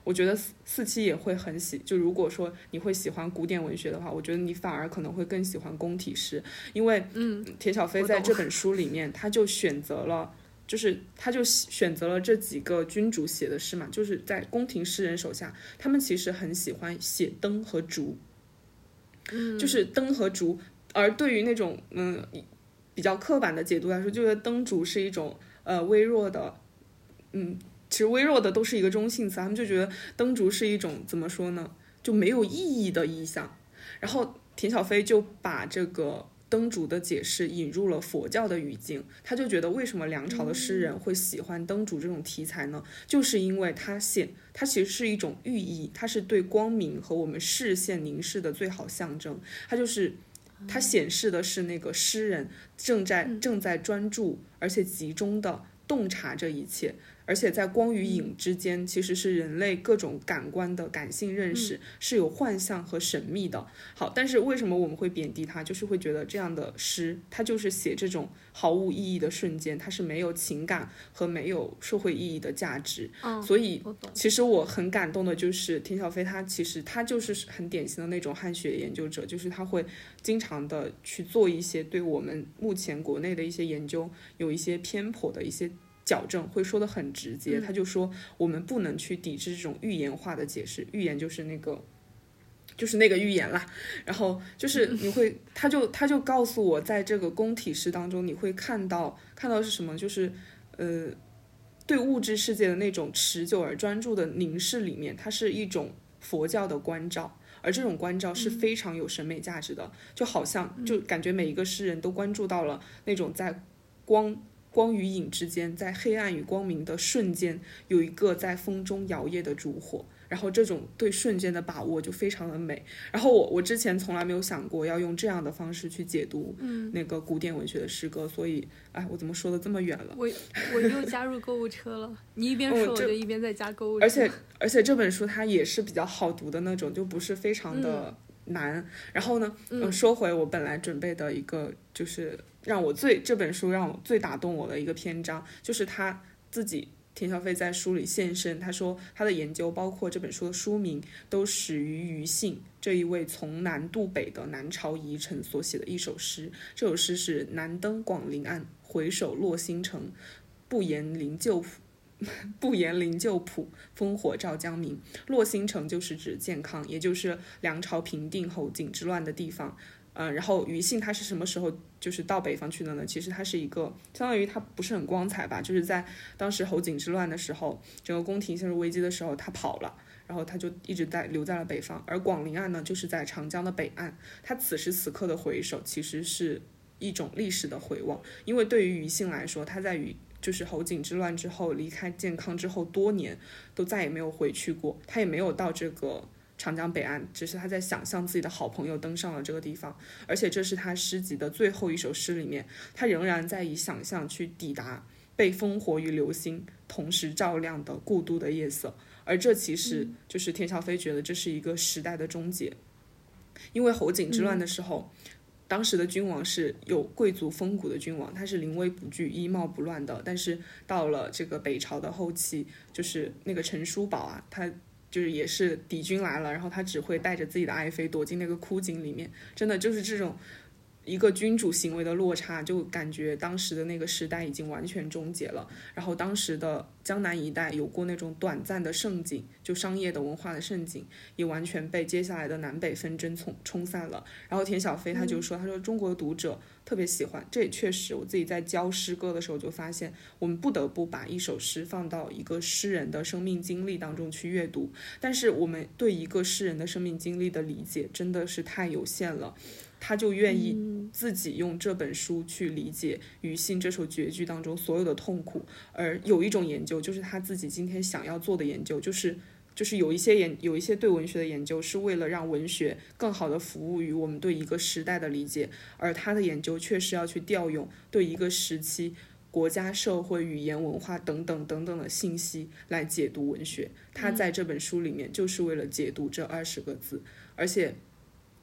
我觉得四七也会很喜，就如果说你会喜欢古典文学的话，我觉得你反而可能会更喜欢宫体诗，因为嗯， 田小飞在这本书里面，他就选择了。就是他就选择了这几个君主写的诗嘛，就是在宫廷诗人手下，他们其实很喜欢写灯和烛， 嗯， 就是灯和烛。而对于那种嗯比较刻板的解读来说，就觉得灯烛是一种呃微弱的，嗯，其实微弱的都是一个中性词，他们就觉得灯烛是一种怎么说呢，就没有意义的意象。然后田小飞就把这个灯烛的解释引入了佛教的语境，他就觉得为什么梁朝的诗人会喜欢灯烛这种题材呢？就是因为它显，它其实是一种寓意，它是对光明和我们视线凝视的最好象征。它就是它显示的是那个诗人正在正在专注而且集中的洞察这一切。而且在光与影之间，其实是人类各种感官的感性认识，是有幻象和神秘的。好，但是为什么我们会贬低它？就是会觉得这样的诗，它就是写这种毫无意义的瞬间，它是没有情感和没有社会意义的价值。 嗯， 所以其实我很感动的就是田小飞，他其实他就是很典型的那种汉学研究者，就是他会经常的去做一些对我们目前国内的一些研究有一些偏颇的一些矫正，会说得很直接。他就说我们不能去抵制这种寓言化的解释，寓言就是那个就是那个寓言啦。然后就是你会他就他就告诉我，在这个宫体诗当中你会看到看到是什么，就是呃对物质世界的那种持久而专注的凝视里面，它是一种佛教的关照，而这种关照是非常有审美价值的。就好像就感觉每一个诗人都关注到了那种在光光与影之间，在黑暗与光明的瞬间，有一个在风中摇曳的烛火，然后这种对瞬间的把握就非常的美。然后我我之前从来没有想过要用这样的方式去解读那个古典文学的诗歌，所以哎，我怎么说的这么远了？ 我我又加入购物车了，你一边说我就一边在加购物车。 而且而且这本书它也是比较好读的那种，就不是非常的难。嗯、然后呢，嗯，说回我本来准备的一个就是让我最这本书让我最打动我的一个篇章，就是他自己田小飞在书里现身，他说他的研究包括这本书的书名都始于庾信这一位从南渡北的南朝遗臣所写的一首诗。这首诗是南登广陵岸，回首落星城，不言灵旧府不言灵旧谱，烽火照江明。落星城就是指建康，也就是梁朝平定侯景之乱的地方。嗯，然后庾信他是什么时候就是到北方去的呢？其实他是一个相当于他不是很光彩吧，就是在当时侯景之乱的时候，整个宫廷陷入危机的时候，他跑了，然后他就一直在留在了北方。而广陵岸呢，就是在长江的北岸。他此时此刻的回首，其实是一种历史的回望，因为对于庾信来说，他在于就是侯景之乱之后离开建康之后多年都再也没有回去过，他也没有到这个长江北岸，只是他在想象自己的好朋友登上了这个地方。而且这是他诗集的最后一首诗里面，他仍然在以想象去抵达被烽火与流星同时照亮的故都的夜色。而这其实就是田小飞觉得这是一个时代的终结。因为侯景之乱的时候、嗯、当时的君王是有贵族风骨的君王，他是临危不惧衣帽不乱的。但是到了这个北朝的后期，就是那个陈叔宝啊，他就是也是敌军来了，然后他只会带着自己的爱妃躲进那个枯井里面。真的就是这种一个君主行为的落差，就感觉当时的那个时代已经完全终结了。然后当时的江南一带有过那种短暂的盛景，就商业的文化的盛景，也完全被接下来的南北纷争冲冲散了。然后田小飞他就说、嗯、他说中国的读者特别喜欢，这也确实，我自己在教诗歌的时候就发现，我们不得不把一首诗放到一个诗人的生命经历当中去阅读，但是我们对一个诗人的生命经历的理解真的是太有限了。他就愿意自己用这本书去理解庾信这首绝句当中所有的痛苦。而有一种研究，就是他自己今天想要做的研究，就是就是有一些研有一些对文学的研究是为了让文学更好的服务于我们对一个时代的理解，而他的研究却是要去调用对一个时期国家社会语言文化等等等等的信息来解读文学。他在这本书里面就是为了解读这二十个字。而且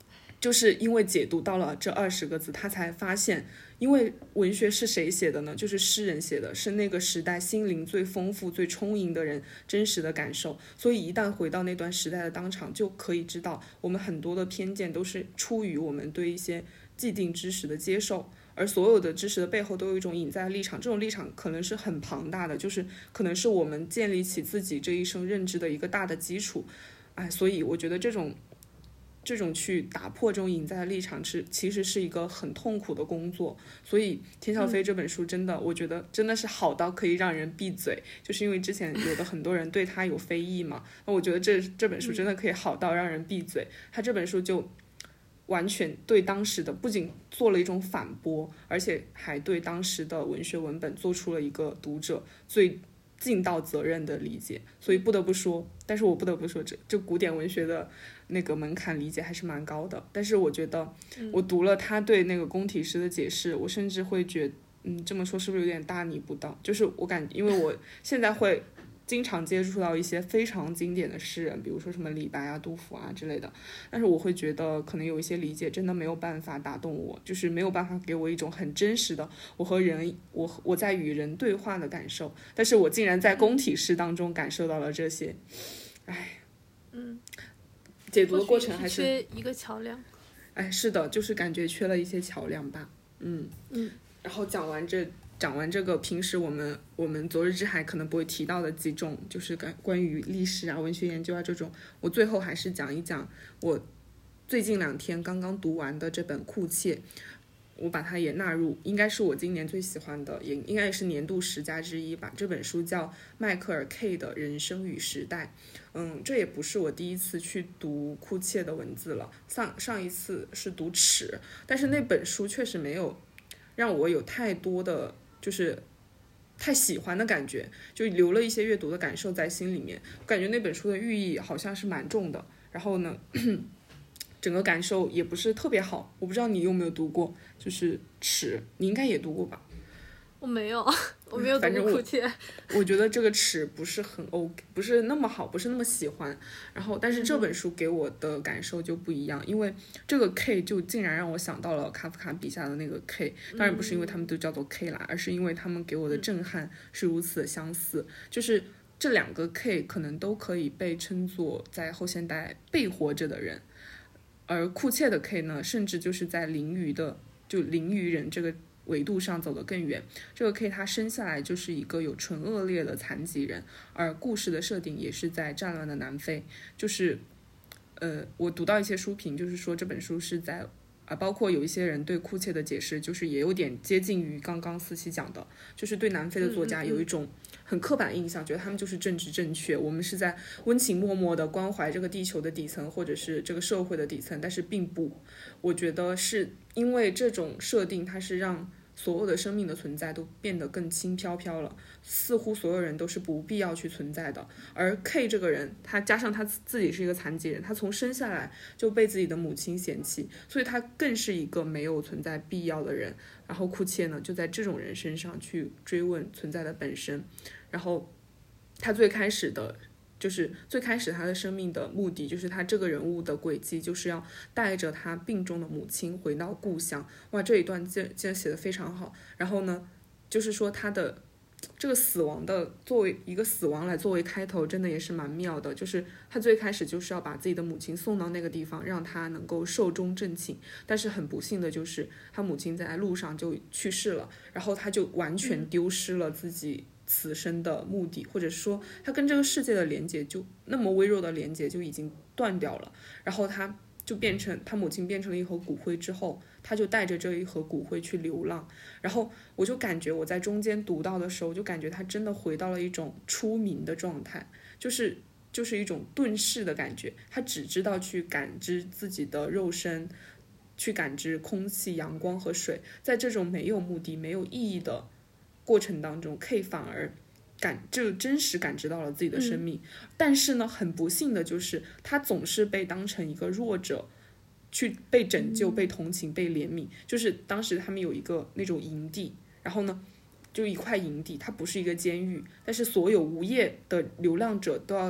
就是因为解读到了这二十个字，他才发现，因为文学是谁写的呢？就是诗人写的，是那个时代心灵最丰富、最充盈的人真实的感受。所以一旦回到那段时代的当场，就可以知道我们很多的偏见都是出于我们对一些既定知识的接受，而所有的知识的背后都有一种隐在的立场，这种立场可能是很庞大的，就是可能是我们建立起自己这一生认知的一个大的基础。哎，所以我觉得这种。这种去打破这种隐在的立场是其实是一个很痛苦的工作，所以田小飞这本书真的、嗯、我觉得真的是好到可以让人闭嘴，就是因为之前有的很多人对他有非议嘛，那我觉得这这本书真的可以好到让人闭嘴。他这本书就完全对当时的不仅做了一种反驳，而且还对当时的文学文本做出了一个读者最尽到责任的理解。所以不得不说，但是我不得不说这这古典文学的那个门槛理解还是蛮高的。但是我觉得我读了他对那个宫体诗的解释，我甚至会觉得嗯这么说是不是有点大逆不道，就是我感因为我现在会经常接触到一些非常经典的诗人，比如说什么李白啊、杜甫啊之类的，但是我会觉得可能有一些理解真的没有办法打动我，就是没有办法给我一种很真实的我和人我我在与人对话的感受，但是我竟然在宫体诗当中感受到了这些。唉， 嗯， 解读的过程还是缺一个桥梁。 哎，是的，就是感觉缺了一些桥梁吧。嗯嗯， 然后讲完这讲完这个平时我们我们昨日之海可能不会提到的几种，就是关关于历史啊、文学研究啊这种，我最后还是讲一讲我最近两天刚刚读完的这本《库切》。我把它也纳入，应该是我今年最喜欢的，也应该也是年度十佳之一吧。这本书叫迈克尔 K 的《人生与时代》。嗯，这也不是我第一次去读库切的文字了，上上一次是读《尺》，但是那本书确实没有让我有太多的就是太喜欢的感觉，就留了一些阅读的感受在心里面。感觉那本书的寓意好像是蛮重的，然后呢整个感受也不是特别好。我不知道你有没有读过，就是《尺》，你应该也读过吧？ 我没有，我没有读过库切。 我, 我觉得这个《尺》不是很 OK， 不是那么好，不是那么喜欢。然后，但是这本书给我的感受就不一样，因为这个 K 就竟然让我想到了卡夫卡笔下的那个 K。当然不是因为他们都叫做 K 啦，而是因为他们给我的震撼是如此的相似。就是这两个 K 可能都可以被称作在后现代被活着的人。而库切的 K 呢，甚至就是在零余的就零余人这个维度上走得更远。这个 K 他生下来就是一个有纯恶劣的残疾人，而故事的设定也是在战乱的南非。就是呃，我读到一些书评，就是说这本书是在啊，包括有一些人对库切的解释，就是也有点接近于刚刚思琪讲的，就是对南非的作家有一种很刻板印象，觉得他们就是政治正确，我们是在温情脉脉的关怀这个地球的底层，或者是这个社会的底层，但是并不，我觉得是因为这种设定，它是让所有的生命的存在都变得更轻飘飘了，似乎所有人都是不必要去存在的。而 K 这个人，他加上他自己是一个残疾人，他从生下来就被自己的母亲嫌弃，所以他更是一个没有存在必要的人。然后库切呢，就在这种人身上去追问存在的本身。然后他最开始的就是最开始他的生命的目的，就是他这个人物的轨迹就是要带着他病中的母亲回到故乡。哇，这一段竟然写得非常好。然后呢，就是说他的这个死亡的作为一个死亡来作为开头，真的也是蛮妙的。就是他最开始就是要把自己的母亲送到那个地方，让他能够寿终正寝，但是很不幸的就是他母亲在路上就去世了，然后他就完全丢失了自己此生的目的，或者说他跟这个世界的连接就那么微弱的连接就已经断掉了。然后他就变成他母亲变成了一盒骨灰之后，他就带着这一盒骨灰去流浪。然后我就感觉我在中间读到的时候，就感觉他真的回到了一种出明的状态，就是就是一种遁世的感觉。他只知道去感知自己的肉身，去感知空气、阳光和水，在这种没有目的、没有意义的过程当中 K 反而感就真实感知到了自己的生命、嗯、但是呢很不幸的就是他总是被当成一个弱者去被拯救、嗯、被同情、被怜悯。就是当时他们有一个那种营地，然后呢就一块营地，它不是一个监狱，但是所有无业的流浪者都要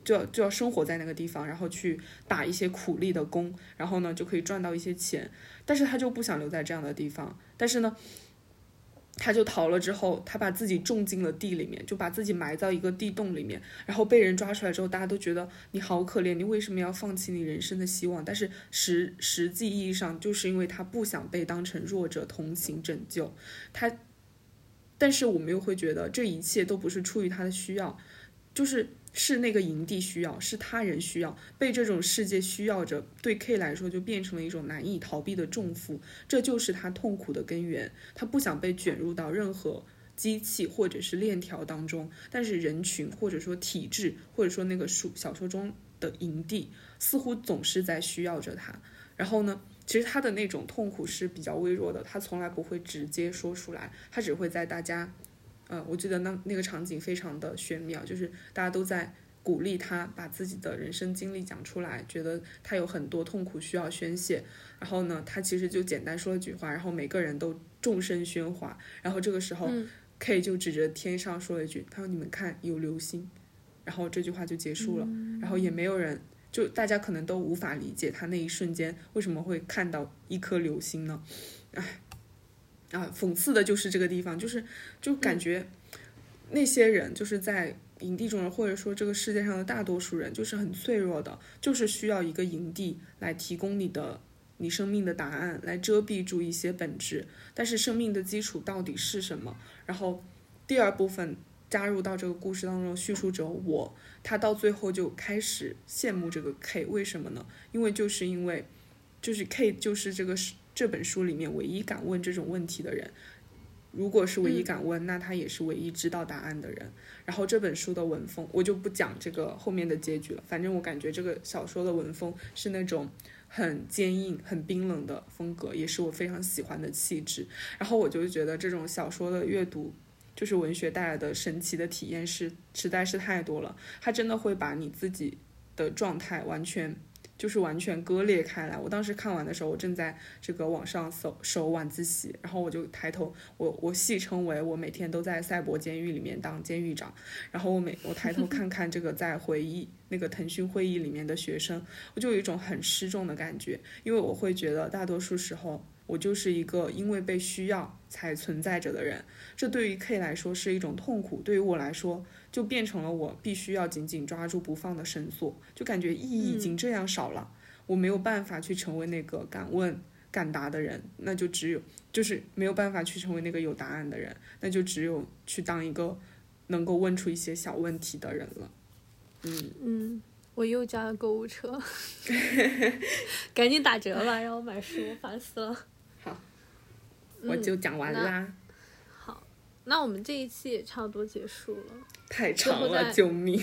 就要就要生活在那个地方，然后去打一些苦力的工，然后呢就可以赚到一些钱，但是他就不想留在这样的地方，但是呢他就逃了之后，他把自己种进了地里面，就把自己埋到一个地洞里面，然后被人抓出来之后，大家都觉得你好可怜，你为什么要放弃你人生的希望？但是实实际意义上，就是因为他不想被当成弱者同情拯救他，但是我们又会觉得这一切都不是出于他的需要，就是是那个营地需要，是他人需要，被这种世界需要着，对 K 来说就变成了一种难以逃避的重负，这就是他痛苦的根源。他不想被卷入到任何机器或者是链条当中，但是人群或者说体制或者说那个书小说中的营地似乎总是在需要着他。然后呢，其实他的那种痛苦是比较微弱的，他从来不会直接说出来，他只会在大家呃，我记得那那个场景非常的玄妙，就是大家都在鼓励他把自己的人生经历讲出来，觉得他有很多痛苦需要宣泄，然后呢他其实就简单说了句话，然后每个人都众声喧哗，然后这个时候、嗯、K 就指着天上说了一句，他说你们看有流星，然后这句话就结束了、嗯、然后也没有人，就大家可能都无法理解他那一瞬间为什么会看到一颗流星呢。唉啊，讽刺的就是这个地方，就是就感觉那些人就是在营地中人，或者说这个世界上的大多数人，就是很脆弱的，就是需要一个营地来提供你的你生命的答案，来遮蔽住一些本质。但是生命的基础到底是什么？然后第二部分加入到这个故事当中的叙述者我，他到最后就开始羡慕这个 K， 为什么呢？因为就是因为就是 K 就是这个这本书里面唯一敢问这种问题的人，如果是唯一敢问、嗯、那他也是唯一知道答案的人。然后这本书的文风我就不讲这个后面的结局了，反正我感觉这个小说的文风是那种很坚硬很冰冷的风格，也是我非常喜欢的气质。然后我就觉得这种小说的阅读就是文学带来的神奇的体验是实在是太多了，它真的会把你自己的状态完全就是完全割裂开来。我当时看完的时候，我正在这个网上搜搜晚自习，然后我就抬头，我我戏称为我每天都在赛博监狱里面当监狱长，然后我每我抬头看看这个在回忆那个腾讯会议里面的学生，我就有一种很失重的感觉，因为我会觉得大多数时候我就是一个因为被需要才存在着的人，这对于 K 来说是一种痛苦，对于我来说就变成了我必须要紧紧抓住不放的绳索，就感觉意义已经这样少了、嗯、我没有办法去成为那个敢问敢答的人，那就只有就是没有办法去成为那个有答案的人，那就只有去当一个能够问出一些小问题的人了。嗯嗯，我又加了购物车赶紧打折吧让我买书，烦死了。 好，我就讲完啦、 嗯、好，那我们这一期也差不多结束了， 太长了救命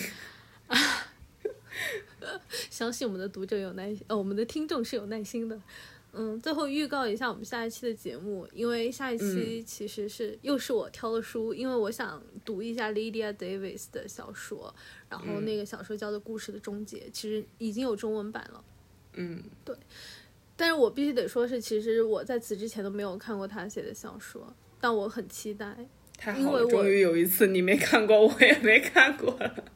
相信我们的读者有耐心、哦、我们的听众是有耐心的。嗯，最后预告一下我们下一期的节目，因为下一期其实是、嗯、又是我挑的书，因为我想读一下 Lydia Davis 的小说，然后那个小说叫做《故事的终结》、嗯、其实已经有中文版了。 嗯， 对，但是我必须得说是其实我在此之前都没有看过他写的小说，但我很期待。 太好了，终于有一次你没看过我也没看过了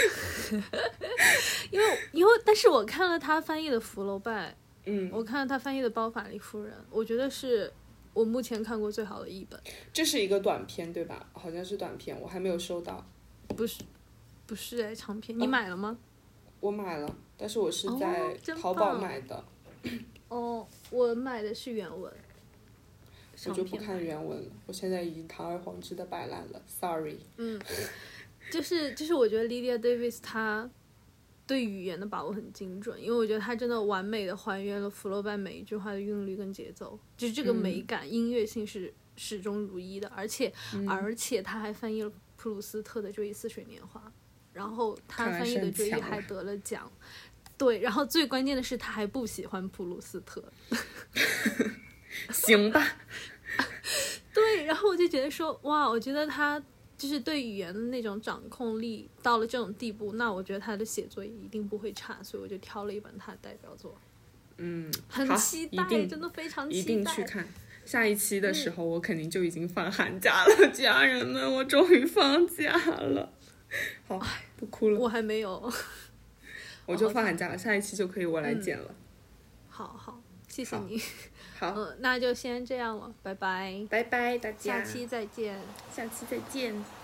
因为因为但是我看了他翻译的《福楼拜》， 嗯， 我看了他翻译的《包法利夫人》，我觉得是我目前看过最好的译本。 这是一个短篇对吧？好像是短篇，我还没有收到。 不是不是哎，长篇。你买了吗？ 我买了，但是我是在淘宝买的。 哦，我买的是原文。 我就不看原文了，我现在已经堂而皇之的摆烂了 ，sorry。 嗯，就是就是我觉得 Lydia Davis 她对语言的把握很精准，因为我觉得她真的完美的还原了福楼拜每一句话的韵律跟节奏，就是这个美感、嗯、音乐性是始终如一的，而且、嗯、而且她还翻译了普鲁斯特的《追忆似水年华》，然后她翻译的《追忆》还得了奖。对，然后最关键的是她还不喜欢普鲁斯特行吧对，然后我就觉得说哇，我觉得他就是对语言的那种掌控力到了这种地步，那我觉得他的写作也一定不会差，所以我就挑了一本他的代表作。 嗯， 很期待，真的非常期待， 一定去看。下一期的时候、嗯、我肯定就已经放寒假了，家人们，我终于放假了。好，不哭了。 我还没有。 我就放寒假了，下一期就可以我来剪了。 嗯、好好，谢谢你。 好， 嗯，那就先这样了，拜拜。 拜拜，大家， 下期再见。 下期再见。